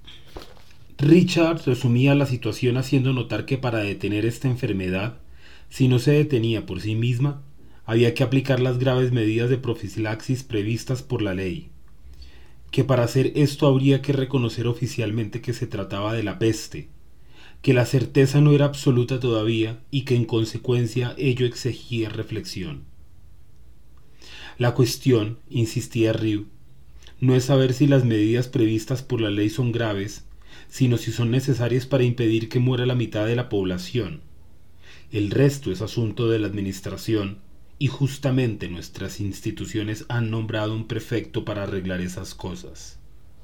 Richard resumía la situación haciendo notar que para detener esta enfermedad, si no se detenía por sí misma, había que aplicar las graves medidas de profilaxis previstas por la ley. Que para hacer esto habría que reconocer oficialmente que se trataba de la peste, que la certeza no era absoluta todavía y que en consecuencia ello exigía reflexión. La cuestión, insistía Ryu, no es saber si las medidas previstas por la ley son graves, sino si son necesarias para impedir que muera la mitad de la población. El resto es asunto de la administración y justamente nuestras instituciones han nombrado un prefecto para arreglar esas cosas.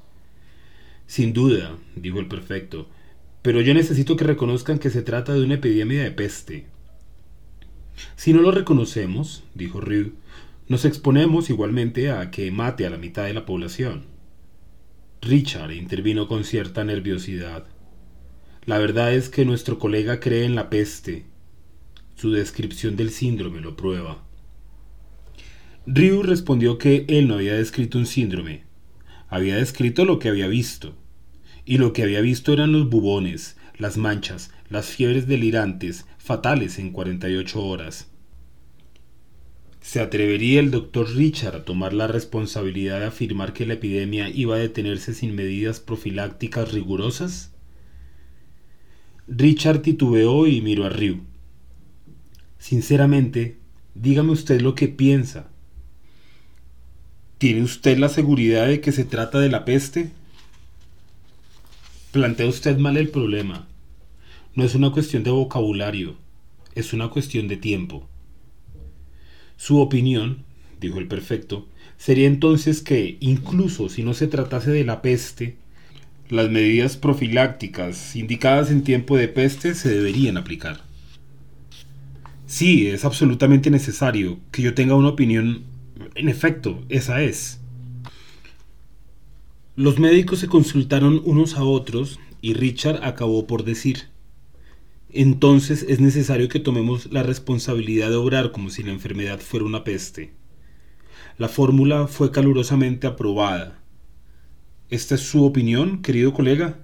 Sin duda, dijo el prefecto, pero yo necesito que reconozcan que se trata de una epidemia de peste. Si no lo reconocemos, dijo Ryu, nos exponemos igualmente a que mate a la mitad de la población. Richard intervino con cierta nerviosidad. La verdad es que nuestro colega cree en la peste. Su descripción del síndrome lo prueba. Ryu respondió que él no había descrito un síndrome. Había descrito lo que había visto. Y lo que había visto eran los bubones, las manchas, las fiebres delirantes, fatales en 48 horas. ¿Se atrevería el doctor Richard a tomar la responsabilidad de afirmar que la epidemia iba a detenerse sin medidas profilácticas rigurosas? Richard titubeó y miró a Ryu. Sinceramente, dígame usted lo que piensa. ¿Tiene usted la seguridad de que se trata de la peste? Plantea usted mal el problema. No es una cuestión de vocabulario, es una cuestión de tiempo. Su opinión, dijo el prefecto, sería entonces que, incluso si no se tratase de la peste, las medidas profilácticas indicadas en tiempo de peste se deberían aplicar. Sí, es absolutamente necesario que yo tenga una opinión. En efecto, esa es. Los médicos se consultaron unos a otros y Richard acabó por decir: entonces es necesario que tomemos la responsabilidad de obrar como si la enfermedad fuera una peste. La fórmula fue calurosamente aprobada. ¿Esta es su opinión, querido colega?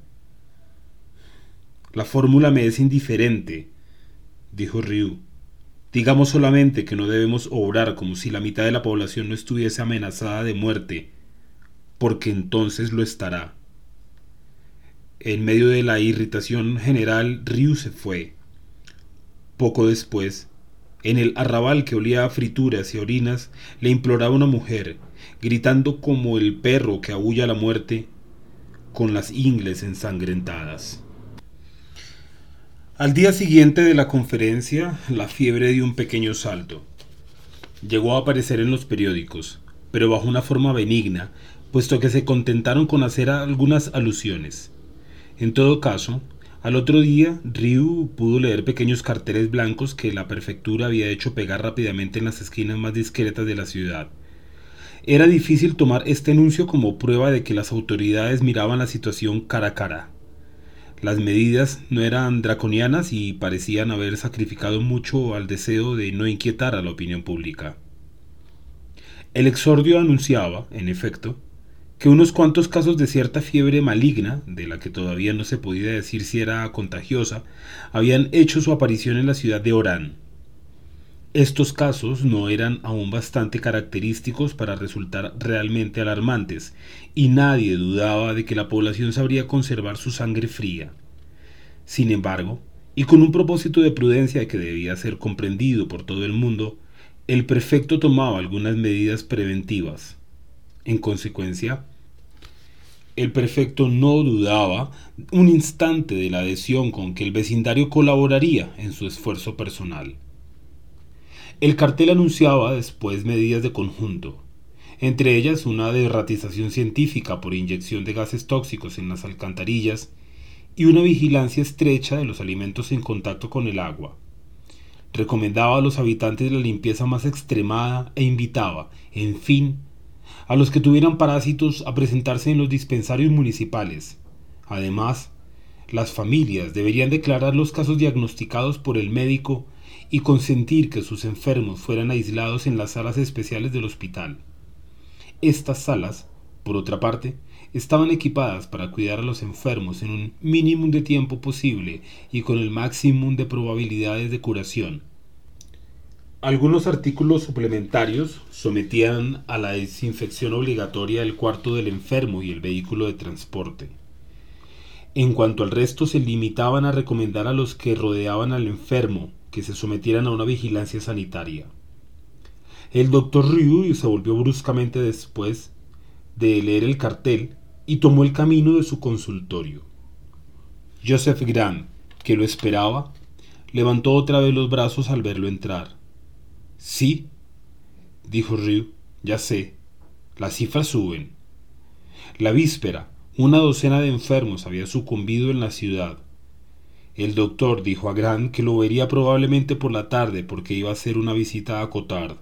La fórmula me es indiferente, dijo Ryu. Digamos solamente que no debemos obrar como si la mitad de la población no estuviese amenazada de muerte, porque entonces lo estará. En medio de la irritación general, Ryu se fue. Poco después, en el arrabal que olía a frituras y orinas, le imploraba una mujer, gritando como el perro que aúlla a la muerte, con las ingles ensangrentadas. Al día siguiente de la conferencia, la fiebre dio un pequeño salto. Llegó a aparecer en los periódicos, pero bajo una forma benigna, puesto que se contentaron con hacer algunas alusiones. En todo caso, al otro día, Ryu pudo leer pequeños carteles blancos que la prefectura había hecho pegar rápidamente en las esquinas más discretas de la ciudad. Era difícil tomar este anuncio como prueba de que las autoridades miraban la situación cara a cara. Las medidas no eran draconianas y parecían haber sacrificado mucho al deseo de no inquietar a la opinión pública. El exordio anunciaba, en efecto, que unos cuantos casos de cierta fiebre maligna, de la que todavía no se podía decir si era contagiosa, habían hecho su aparición en la ciudad de Orán. Estos casos no eran aún bastante característicos para resultar realmente alarmantes, y nadie dudaba de que la población sabría conservar su sangre fría. Sin embargo, y con un propósito de prudencia que debía ser comprendido por todo el mundo, el prefecto tomaba algunas medidas preventivas. En consecuencia, el prefecto no dudaba un instante de la adhesión con que el vecindario colaboraría en su esfuerzo personal. El cartel anunciaba después medidas de conjunto, entre ellas una derratización científica por inyección de gases tóxicos en las alcantarillas y una vigilancia estrecha de los alimentos en contacto con el agua. Recomendaba a los habitantes la limpieza más extremada e invitaba, en fin, a los que tuvieran parásitos a presentarse en los dispensarios municipales. Además, las familias deberían declarar los casos diagnosticados por el médico y consentir que sus enfermos fueran aislados en las salas especiales del hospital. Estas salas, por otra parte, estaban equipadas para cuidar a los enfermos en un mínimo de tiempo posible y con el máximo de probabilidades de curación. Algunos artículos suplementarios sometían a la desinfección obligatoria el cuarto del enfermo y el vehículo de transporte. En cuanto al resto, se limitaban a recomendar a los que rodeaban al enfermo que se sometieran a una vigilancia sanitaria. El doctor Ryu se volvió bruscamente después de leer el cartel y tomó el camino de su consultorio. Joseph Grant, que lo esperaba, levantó otra vez los brazos al verlo entrar. Sí, dijo Ryu, ya sé, las cifras suben. La víspera, una docena de enfermos había sucumbido en la ciudad. El doctor dijo a Grant que lo vería probablemente por la tarde porque iba a hacer una visita a Cotard.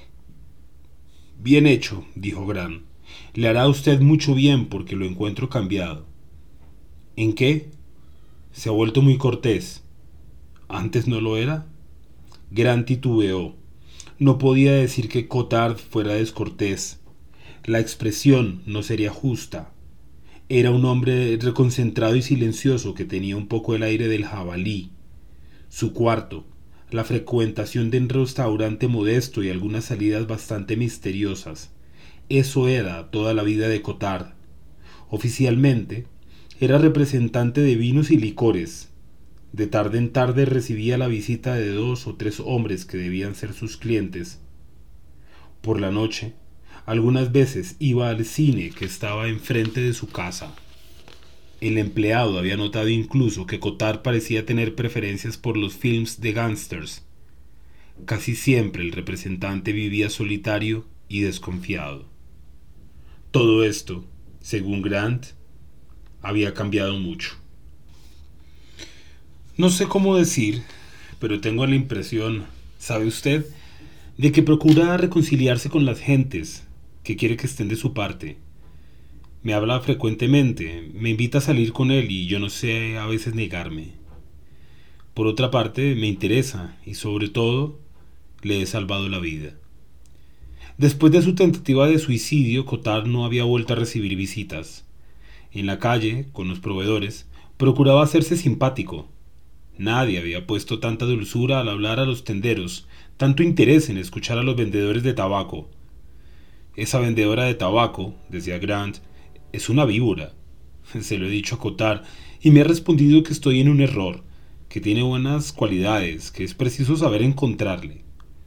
Bien hecho, dijo Grant. Le hará a usted mucho bien porque lo encuentro cambiado. ¿En qué? Se ha vuelto muy cortés. ¿Antes no lo era? Grant titubeó. No podía decir que Cotard fuera descortés. La expresión no sería justa. Era un hombre reconcentrado y silencioso que tenía un poco el aire del jabalí. Su cuarto, la frecuentación de un restaurante modesto y algunas salidas bastante misteriosas. Eso era toda la vida de Cotard. Oficialmente, era representante de vinos y licores. De tarde en tarde recibía la visita de 2 o 3 hombres que debían ser sus clientes. Por la noche, algunas veces iba al cine que estaba enfrente de su casa. El empleado había notado incluso que Cotard parecía tener preferencias por los films de gángsters. Casi siempre el representante vivía solitario y desconfiado. Todo esto, según Grant, había cambiado mucho. No sé cómo decir, pero tengo la impresión, ¿Sabe usted? De que procura reconciliarse con las gentes, que quiere que estén de su parte. Me habla frecuentemente, me invita a salir con él y yo no sé a veces negarme. Por otra parte, me interesa y sobre todo, le he salvado la vida. Después de su tentativa de suicidio, Cotard no había vuelto a recibir visitas. En la calle, con los proveedores, procuraba hacerse simpático. Nadie había puesto tanta dulzura al hablar a los tenderos, tanto interés en escuchar a los vendedores de tabaco. Esa vendedora de tabaco, decía Grant, es una víbora. Se lo he dicho a Cotard y me ha respondido que estoy en un error, que tiene buenas cualidades, que es preciso saber encontrarle.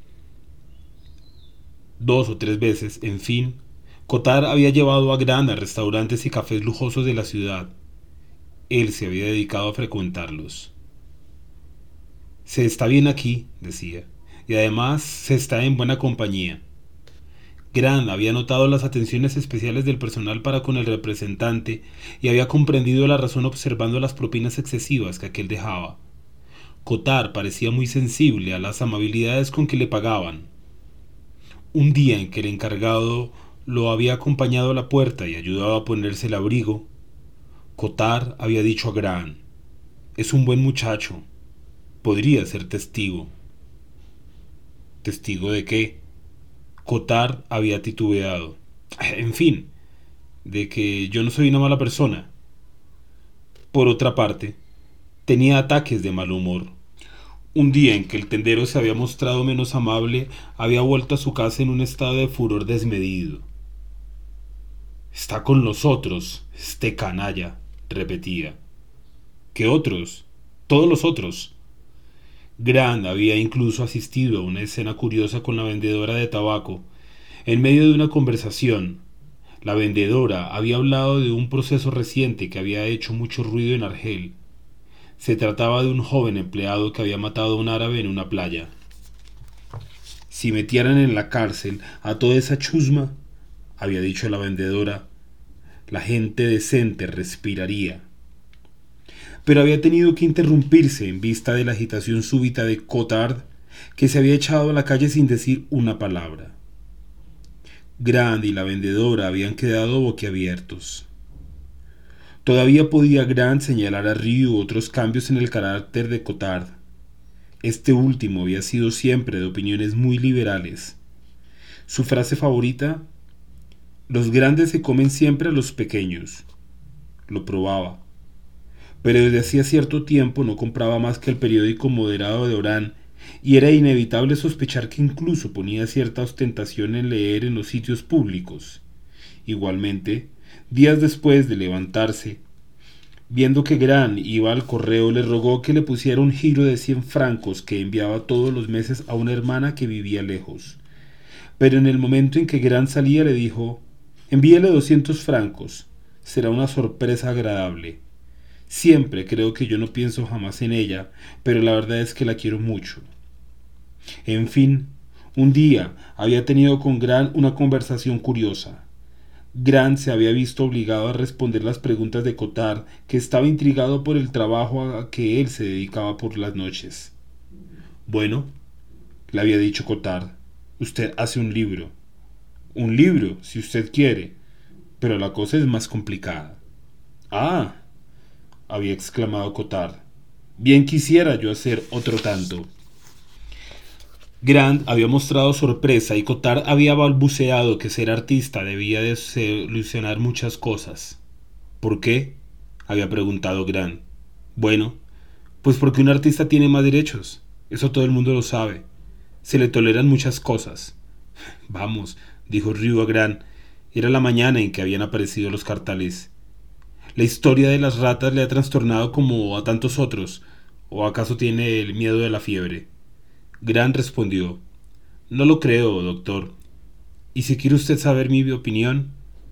2 o 3 veces, en fin, Cotard había llevado a Grant a restaurantes y cafés lujosos de la ciudad. Él se había dedicado a frecuentarlos. Se está bien aquí, decía, y además se está en buena compañía. Grant había notado las atenciones especiales del personal para con el representante y había comprendido la razón observando las propinas excesivas que aquel dejaba. Cotard parecía muy sensible a las amabilidades con que le pagaban. Un día en que el encargado lo había acompañado a la puerta y ayudado a ponerse el abrigo, Cotard había dicho a Grant: «Es un buen muchacho. Podría ser testigo». ¿Testigo de qué? Cotard había titubeado. En fin, de que yo no soy una mala persona. Por otra parte, tenía ataques de mal humor. Un día en que el tendero se había mostrado menos amable, había vuelto a su casa en un estado de furor desmedido. «Está con los otros, este canalla», repetía. «¿Qué otros? Todos los otros». Grant había incluso asistido a una escena curiosa con la vendedora de tabaco. En medio de una conversación, la vendedora había hablado de un proceso reciente que había hecho mucho ruido en Argel. Se trataba de un joven empleado que había matado a un árabe en una playa. «Si metieran en la cárcel a toda esa chusma», había dicho la vendedora, «la gente decente respiraría». Pero había tenido que interrumpirse en vista de la agitación súbita de Cotard, que se había echado a la calle sin decir una palabra. Grant y la vendedora habían quedado boquiabiertos. Todavía podía Grant señalar a Ryu otros cambios en el carácter de Cotard. Este último había sido siempre de opiniones muy liberales. Su frase favorita: «Los grandes se comen siempre a los pequeños». Lo probaba. Pero desde hacía cierto tiempo no compraba más que el periódico moderado de Orán, y era inevitable sospechar que incluso ponía cierta ostentación en leer en los sitios públicos. Igualmente, días después de levantarse, viendo que Grant iba al correo, le rogó que le pusiera un giro de 100 francos que enviaba todos los meses a una hermana que vivía lejos. Pero en el momento en que Grant salía le dijo: «Envíele 200 francos, será una sorpresa agradable. Siempre creo que yo no pienso jamás en ella, pero la verdad es que la quiero mucho». En fin, un día había tenido con Grant una conversación curiosa. Grant se había visto obligado a responder las preguntas de Cotard, que estaba intrigado por el trabajo a que él se dedicaba por las noches. «Bueno», le había dicho Cotard, «usted hace un libro». «Un libro, si usted quiere, pero la cosa es más complicada». «Ah», había exclamado Cotard, «bien quisiera yo hacer otro tanto». Grant había mostrado sorpresa y Cotard había balbuceado que ser artista debía de solucionar muchas cosas. «¿Por qué?», había preguntado Grant. «Bueno, pues porque un artista tiene más derechos. Eso todo el mundo lo sabe. Se le toleran muchas cosas». «Vamos», dijo Ryu a Grant. Era la mañana en que habían aparecido los carteles. «La historia de las ratas le ha trastornado como a tantos otros. ¿O acaso tiene el miedo de la fiebre?». Grant respondió: «No lo creo, doctor. ¿Y si quiere usted saber mi opinión?».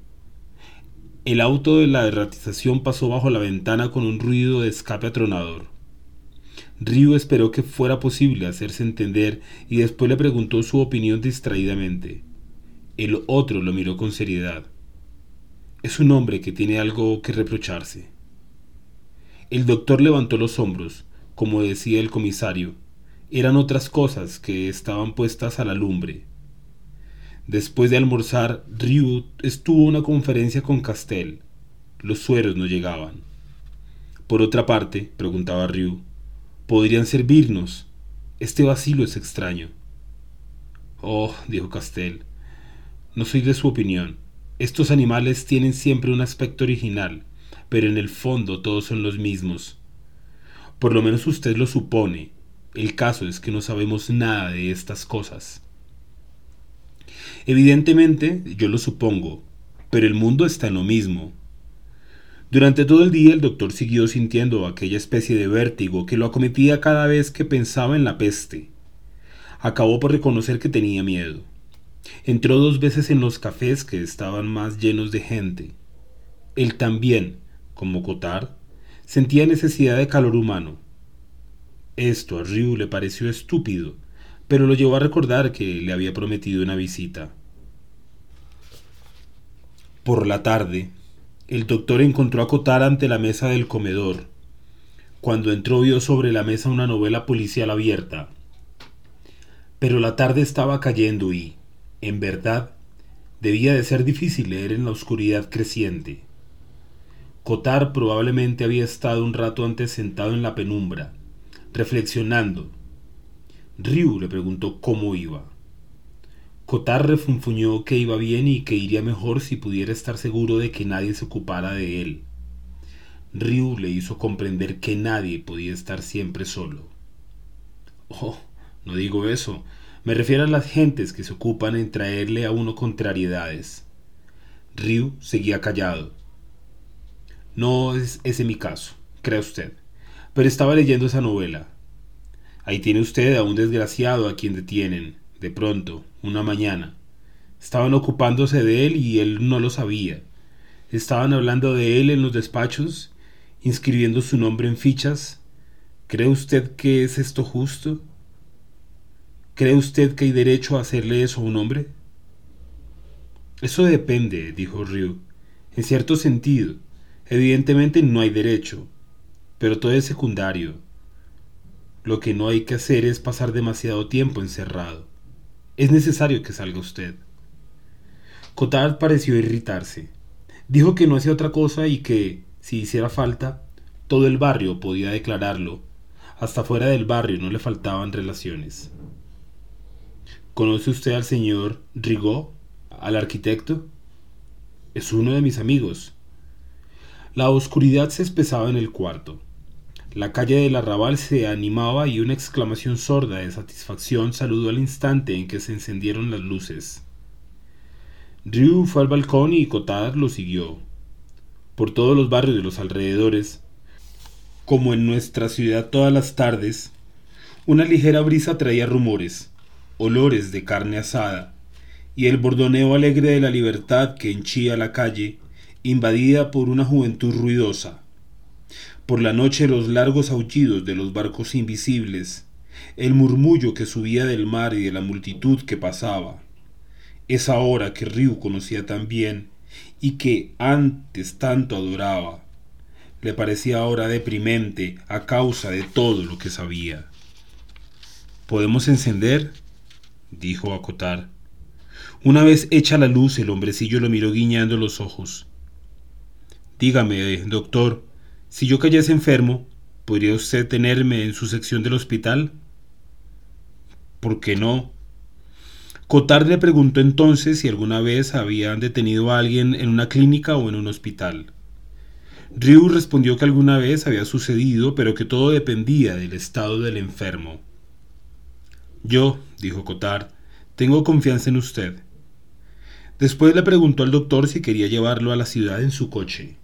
El auto de la derratización pasó bajo la ventana con un ruido de escape atronador. Ryu esperó que fuera posible hacerse entender y después le preguntó su opinión distraídamente. El otro lo miró con seriedad. «Es un hombre que tiene algo que reprocharse». El doctor levantó los hombros, como decía el comisario, eran otras cosas que estaban puestas a la lumbre. Después de almorzar, Ryu estuvo en una conferencia con Castell. Los sueros no llegaban. Por otra parte, preguntaba Ryu, ¿podrían servirnos? Este vacilo es extraño. Oh, dijo Castell, no soy de su opinión. Estos animales tienen siempre un aspecto original, pero en el fondo todos son los mismos. Por lo menos usted lo supone. El caso es que no sabemos nada de estas cosas. Evidentemente, yo lo supongo, pero el mundo está en lo mismo. Durante todo el día el doctor siguió sintiendo aquella especie de vértigo que lo acometía cada vez que pensaba en la peste. Acabó por reconocer que tenía miedo. Entró 2 veces en los cafés que estaban más llenos de gente. Él también, como Cottard, sentía necesidad de calor humano. Esto a Ryu le pareció estúpido, pero lo llevó a recordar que le había prometido una visita. Por la tarde, el doctor encontró a Cottard ante la mesa del comedor. Cuando entró vio sobre la mesa una novela policial abierta. Pero la tarde estaba cayendo y, en verdad, debía de ser difícil leer en la oscuridad creciente. Cottard probablemente había estado un rato antes sentado en la penumbra, reflexionando. Ryu le preguntó cómo iba. Cottard refunfuñó que iba bien y que iría mejor si pudiera estar seguro de que nadie se ocupara de él. Ryu le hizo comprender que nadie podía estar siempre solo. Oh, no digo eso. Me refiero a las gentes que se ocupan en traerle a uno contrariedades. Ryu seguía callado. No es ese mi caso, crea usted. Pero estaba leyendo esa novela. Ahí tiene usted a un desgraciado a quien detienen, de pronto, una mañana. Estaban ocupándose de él y él no lo sabía. Estaban hablando de él en los despachos, inscribiendo su nombre en fichas. ¿Cree usted que es esto justo? ¿Cree usted que hay derecho a hacerle eso a un hombre? Eso depende, dijo Ryu. En cierto sentido, evidentemente no hay derecho, pero todo es secundario. Lo que no hay que hacer es pasar demasiado tiempo encerrado. Es necesario que salga usted. Cottard pareció irritarse. Dijo que no hacía otra cosa y que, si hiciera falta, todo el barrio podía declararlo. Hasta fuera del barrio no le faltaban relaciones. ¿Conoce usted al señor Rigaud, al arquitecto? Es uno de mis amigos. La oscuridad se espesaba en el cuarto. La calle del arrabal se animaba y una exclamación sorda de satisfacción saludó al instante en que se encendieron las luces. Ryu fue al balcón y Cottard lo siguió. Por todos los barrios de los alrededores, como en nuestra ciudad todas las tardes, una ligera brisa traía rumores, olores de carne asada, y el bordoneo alegre de la libertad que henchía la calle, invadida por una juventud ruidosa. Por la noche los largos aullidos de los barcos invisibles, el murmullo que subía del mar y de la multitud que pasaba. Esa hora que Ryu conocía tan bien y que antes tanto adoraba, le parecía ahora deprimente a causa de todo lo que sabía. ¿Podemos encender?, dijo a Cottard. Una vez hecha la luz, el hombrecillo lo miró guiñando los ojos. Dígame, doctor, si yo cayese enfermo, ¿podría usted tenerme en su sección del hospital? ¿Por qué no? Cottard le preguntó entonces si alguna vez habían detenido a alguien en una clínica o en un hospital. Ryu respondió que alguna vez había sucedido, pero que todo dependía del estado del enfermo. Yo, dijo Cottard, tengo confianza en usted. Después le preguntó al doctor si quería llevarlo a la ciudad en su coche.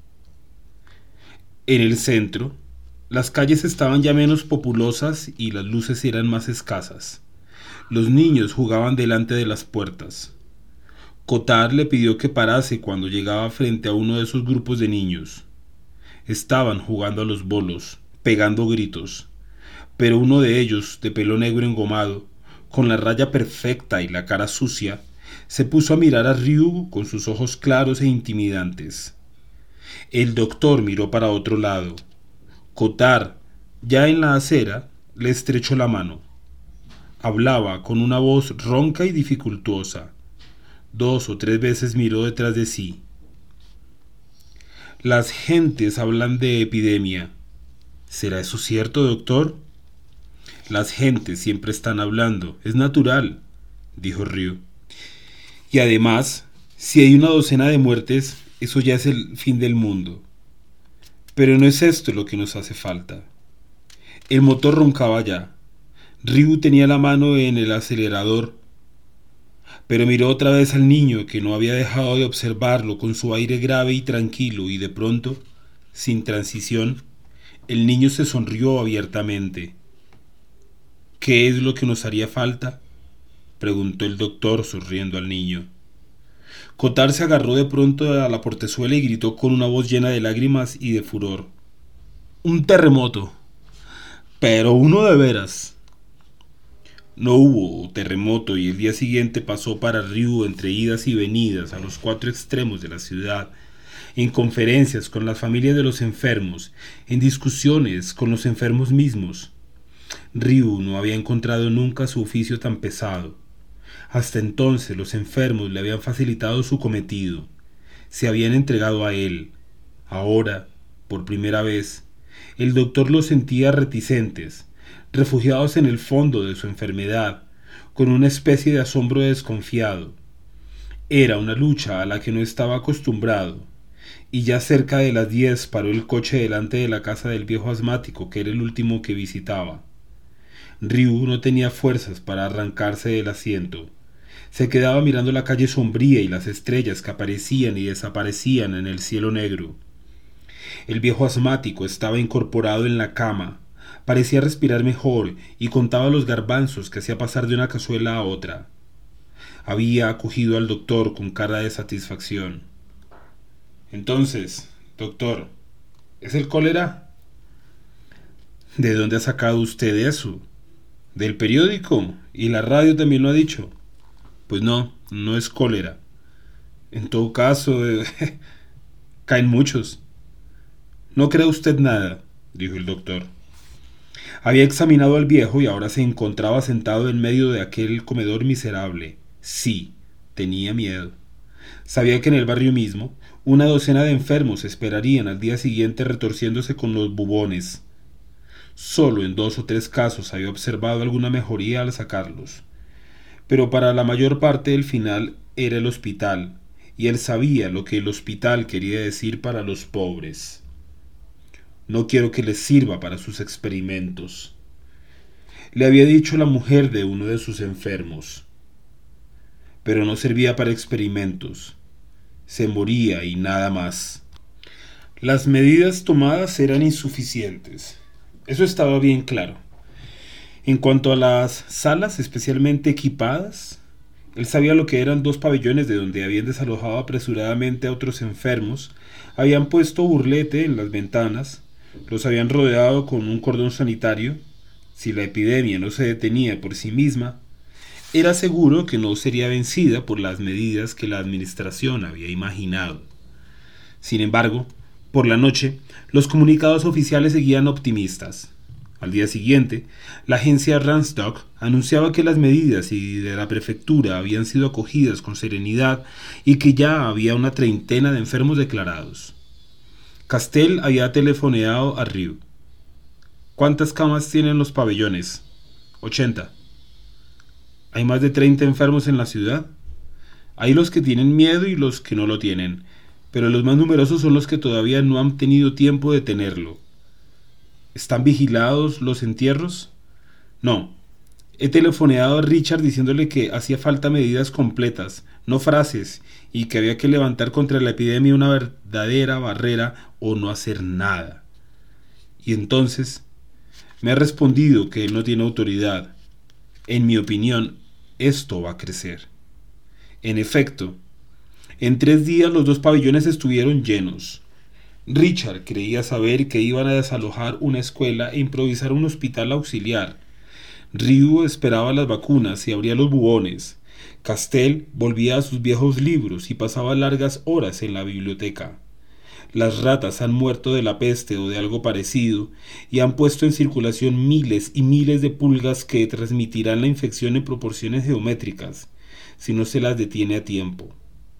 En el centro, las calles estaban ya menos populosas y las luces eran más escasas. Los niños jugaban delante de las puertas. Cottard le pidió que parase cuando llegaba frente a uno de esos grupos de niños. Estaban jugando a los bolos, pegando gritos, pero uno de ellos, de pelo negro engomado, con la raya perfecta y la cara sucia, se puso a mirar a Ryu con sus ojos claros e intimidantes. El doctor miró para otro lado. Cottard, ya en la acera, le estrechó la mano. Hablaba con una voz ronca y dificultuosa. 2 o 3 veces miró detrás de sí. Las gentes hablan de epidemia. ¿Será eso cierto, doctor? Las gentes siempre están hablando. Es natural, dijo Ryu. Y además, si hay una docena de muertes, eso ya es el fin del mundo. Pero no es esto lo que nos hace falta. El motor roncaba ya. Ryu tenía la mano en el acelerador, pero miró otra vez al niño, que no había dejado de observarlo con su aire grave y tranquilo, y de pronto, sin transición, el niño se sonrió abiertamente. ¿Qué es lo que nos haría falta?, preguntó el doctor sonriendo al niño. Cotar se agarró de pronto a la portezuela y gritó con una voz llena de lágrimas y de furor: ¡un terremoto! ¡Pero uno de veras! No hubo terremoto y el día siguiente pasó para Ryu entre idas y venidas a los 4 extremos de la ciudad, en conferencias con las familias de los enfermos, en discusiones con los enfermos mismos. Ryu no había encontrado nunca su oficio tan pesado. Hasta entonces los enfermos le habían facilitado su cometido, se habían entregado a él. Ahora, por primera vez, el doctor los sentía reticentes, refugiados en el fondo de su enfermedad, con una especie de asombro desconfiado. Era una lucha a la que no estaba acostumbrado, y ya cerca de las 10 paró el coche delante de la casa del viejo asmático, que era el último que visitaba. Ryu no tenía fuerzas para arrancarse del asiento. Se quedaba mirando la calle sombría y las estrellas que aparecían y desaparecían en el cielo negro. El viejo asmático estaba incorporado en la cama. Parecía respirar mejor y contaba los garbanzos que hacía pasar de una cazuela a otra. Había acogido al doctor con cara de satisfacción. Entonces, doctor, ¿es el cólera? ¿De dónde ha sacado usted eso? ¿Del periódico? ¿Y la radio también lo ha dicho? Pues no, no es cólera. En todo caso, caen muchos. No crea usted nada, dijo el doctor. Había examinado al viejo y ahora se encontraba sentado en medio de aquel comedor miserable. Sí, tenía miedo. Sabía que en el barrio mismo una docena de enfermos esperarían al día siguiente retorciéndose con los bubones. Solo en 2 o 3 casos había observado alguna mejoría al sacarlos. Pero para la mayor parte el final era el hospital, y él sabía lo que el hospital quería decir para los pobres. No quiero que les sirva para sus experimentos, le había dicho la mujer de uno de sus enfermos. Pero no servía para experimentos. Se moría y nada más. Las medidas tomadas eran insuficientes. Eso estaba bien claro. En cuanto a las salas especialmente equipadas, él sabía lo que eran 2 pabellones de donde habían desalojado apresuradamente a otros enfermos, habían puesto burlete en las ventanas, los habían rodeado con un cordón sanitario. Si la epidemia no se detenía por sí misma, era seguro que no sería vencida por las medidas que la administración había imaginado. Sin embargo, por la noche, los comunicados oficiales seguían optimistas. Al día siguiente, la agencia Randstad anunciaba que las medidas de la prefectura habían sido acogidas con serenidad y que ya había una 30 de enfermos declarados. Castell había telefoneado a Ryu. ¿Cuántas camas tienen los pabellones? 80. ¿Hay más de 30 enfermos en la ciudad? Hay los que tienen miedo y los que no lo tienen, pero los más numerosos son los que todavía no han tenido tiempo de tenerlo. ¿Están vigilados los entierros? No. He telefoneado a Richard diciéndole que hacía falta medidas completas, no frases, y que había que levantar contra la epidemia una verdadera barrera o no hacer nada. Y entonces me ha respondido que él no tiene autoridad. En mi opinión, esto va a crecer. En efecto, en 3 días los 2 pabellones estuvieron llenos. Richard creía saber que iban a desalojar una escuela e improvisar un hospital auxiliar. Ryu esperaba las vacunas y abría los bubones. Castell volvía a sus viejos libros y pasaba largas horas en la biblioteca. Las ratas han muerto de la peste o de algo parecido y han puesto en circulación miles y miles de pulgas que transmitirán la infección en proporciones geométricas si no se las detiene a tiempo.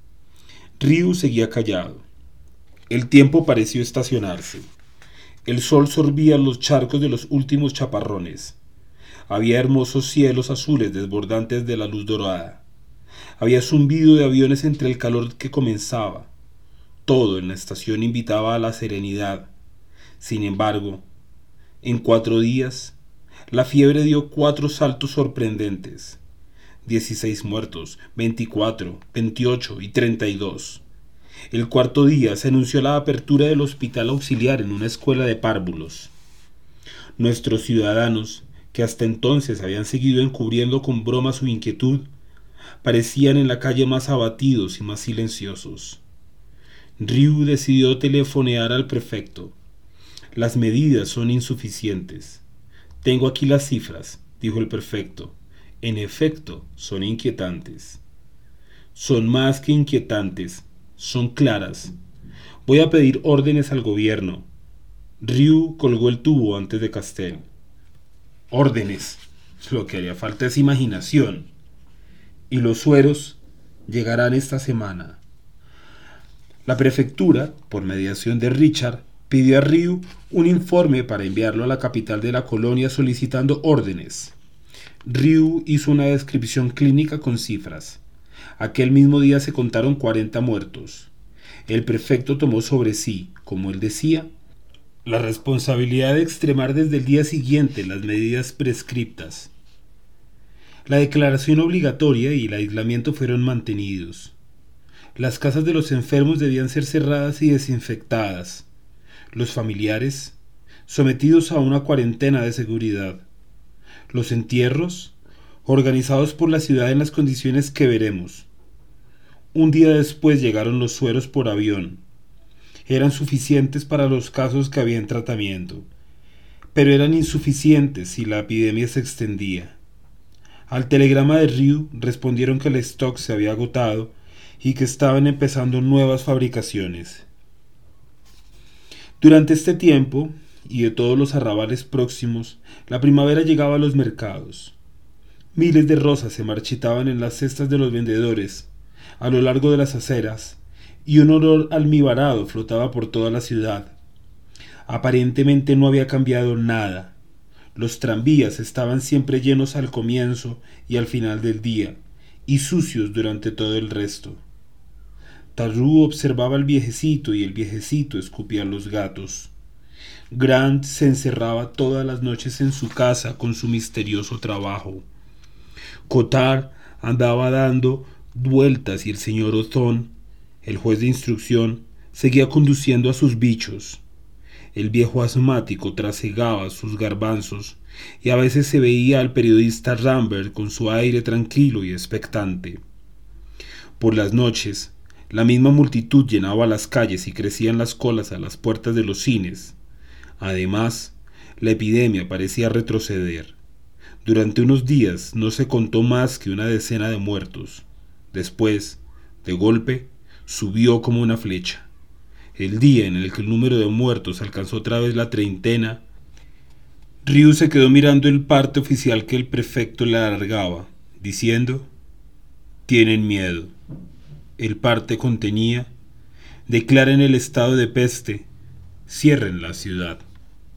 Ryu seguía callado. El tiempo pareció estacionarse. El sol sorbía los charcos de los últimos chaparrones. Había hermosos cielos azules desbordantes de la luz dorada. Había zumbido de aviones entre el calor que comenzaba. Todo en la estación invitaba a la serenidad. Sin embargo, en 4 días, la fiebre dio 4 saltos sorprendentes. 16 muertos, 24, 28 y 32. El 4.º día se anunció la apertura del hospital auxiliar en una escuela de párvulos. Nuestros ciudadanos, que hasta entonces habían seguido encubriendo con broma su inquietud, parecían en la calle más abatidos y más silenciosos. Ryu decidió telefonear al prefecto. Las medidas son insuficientes. Tengo aquí las cifras, dijo el prefecto. En efecto, son inquietantes. Son más que inquietantes, son claras. Voy a pedir órdenes al gobierno. Ryu colgó el tubo antes de Castell. Órdenes. Lo que haría falta es imaginación. Y los sueros llegarán esta semana. La prefectura, por mediación de Richard, pidió a Ryu un informe para enviarlo a la capital de la colonia solicitando órdenes. Ryu hizo una descripción clínica con cifras. Aquel mismo día se contaron 40 muertos. El prefecto tomó sobre sí, como él decía, la responsabilidad de extremar desde el día siguiente las medidas prescriptas. La declaración obligatoria y el aislamiento fueron mantenidos. Las casas de los enfermos debían ser cerradas y desinfectadas. Los familiares, sometidos a una cuarentena de seguridad. Los entierros, organizados por la ciudad en las condiciones que veremos. Un día después llegaron los sueros por avión. Eran suficientes para los casos que había en tratamiento, pero eran insuficientes si la epidemia se extendía. Al telegrama de Ryu respondieron que el stock se había agotado y que estaban empezando nuevas fabricaciones. Durante este tiempo, y de todos los arrabales próximos, la primavera llegaba a los mercados. Miles de rosas se marchitaban en las cestas de los vendedores, a lo largo de las aceras, y un olor almibarado flotaba por toda la ciudad. Aparentemente no había cambiado nada. Los tranvías estaban siempre llenos al comienzo y al final del día, y sucios durante todo el resto. Tarrú observaba al viejecito y el viejecito escupía a los gatos. Grant se encerraba todas las noches en su casa con su misterioso trabajo. Cottard andaba dando vueltas y el señor Ozón, el juez de instrucción, seguía conduciendo a sus bichos. El viejo asmático trasegaba sus garbanzos y a veces se veía al periodista Rambert con su aire tranquilo y expectante. Por las noches, la misma multitud llenaba las calles y crecían las colas a las puertas de los cines. Además, la epidemia parecía retroceder. Durante unos días no se contó más que una decena de muertos. Después, de golpe, subió como una flecha. El día en el que el número de muertos alcanzó otra vez la treintena, Ryu se quedó mirando el parte oficial que el prefecto le alargaba, diciendo: «Tienen miedo». El parte contenía: «Declaren el estado de peste, cierren la ciudad».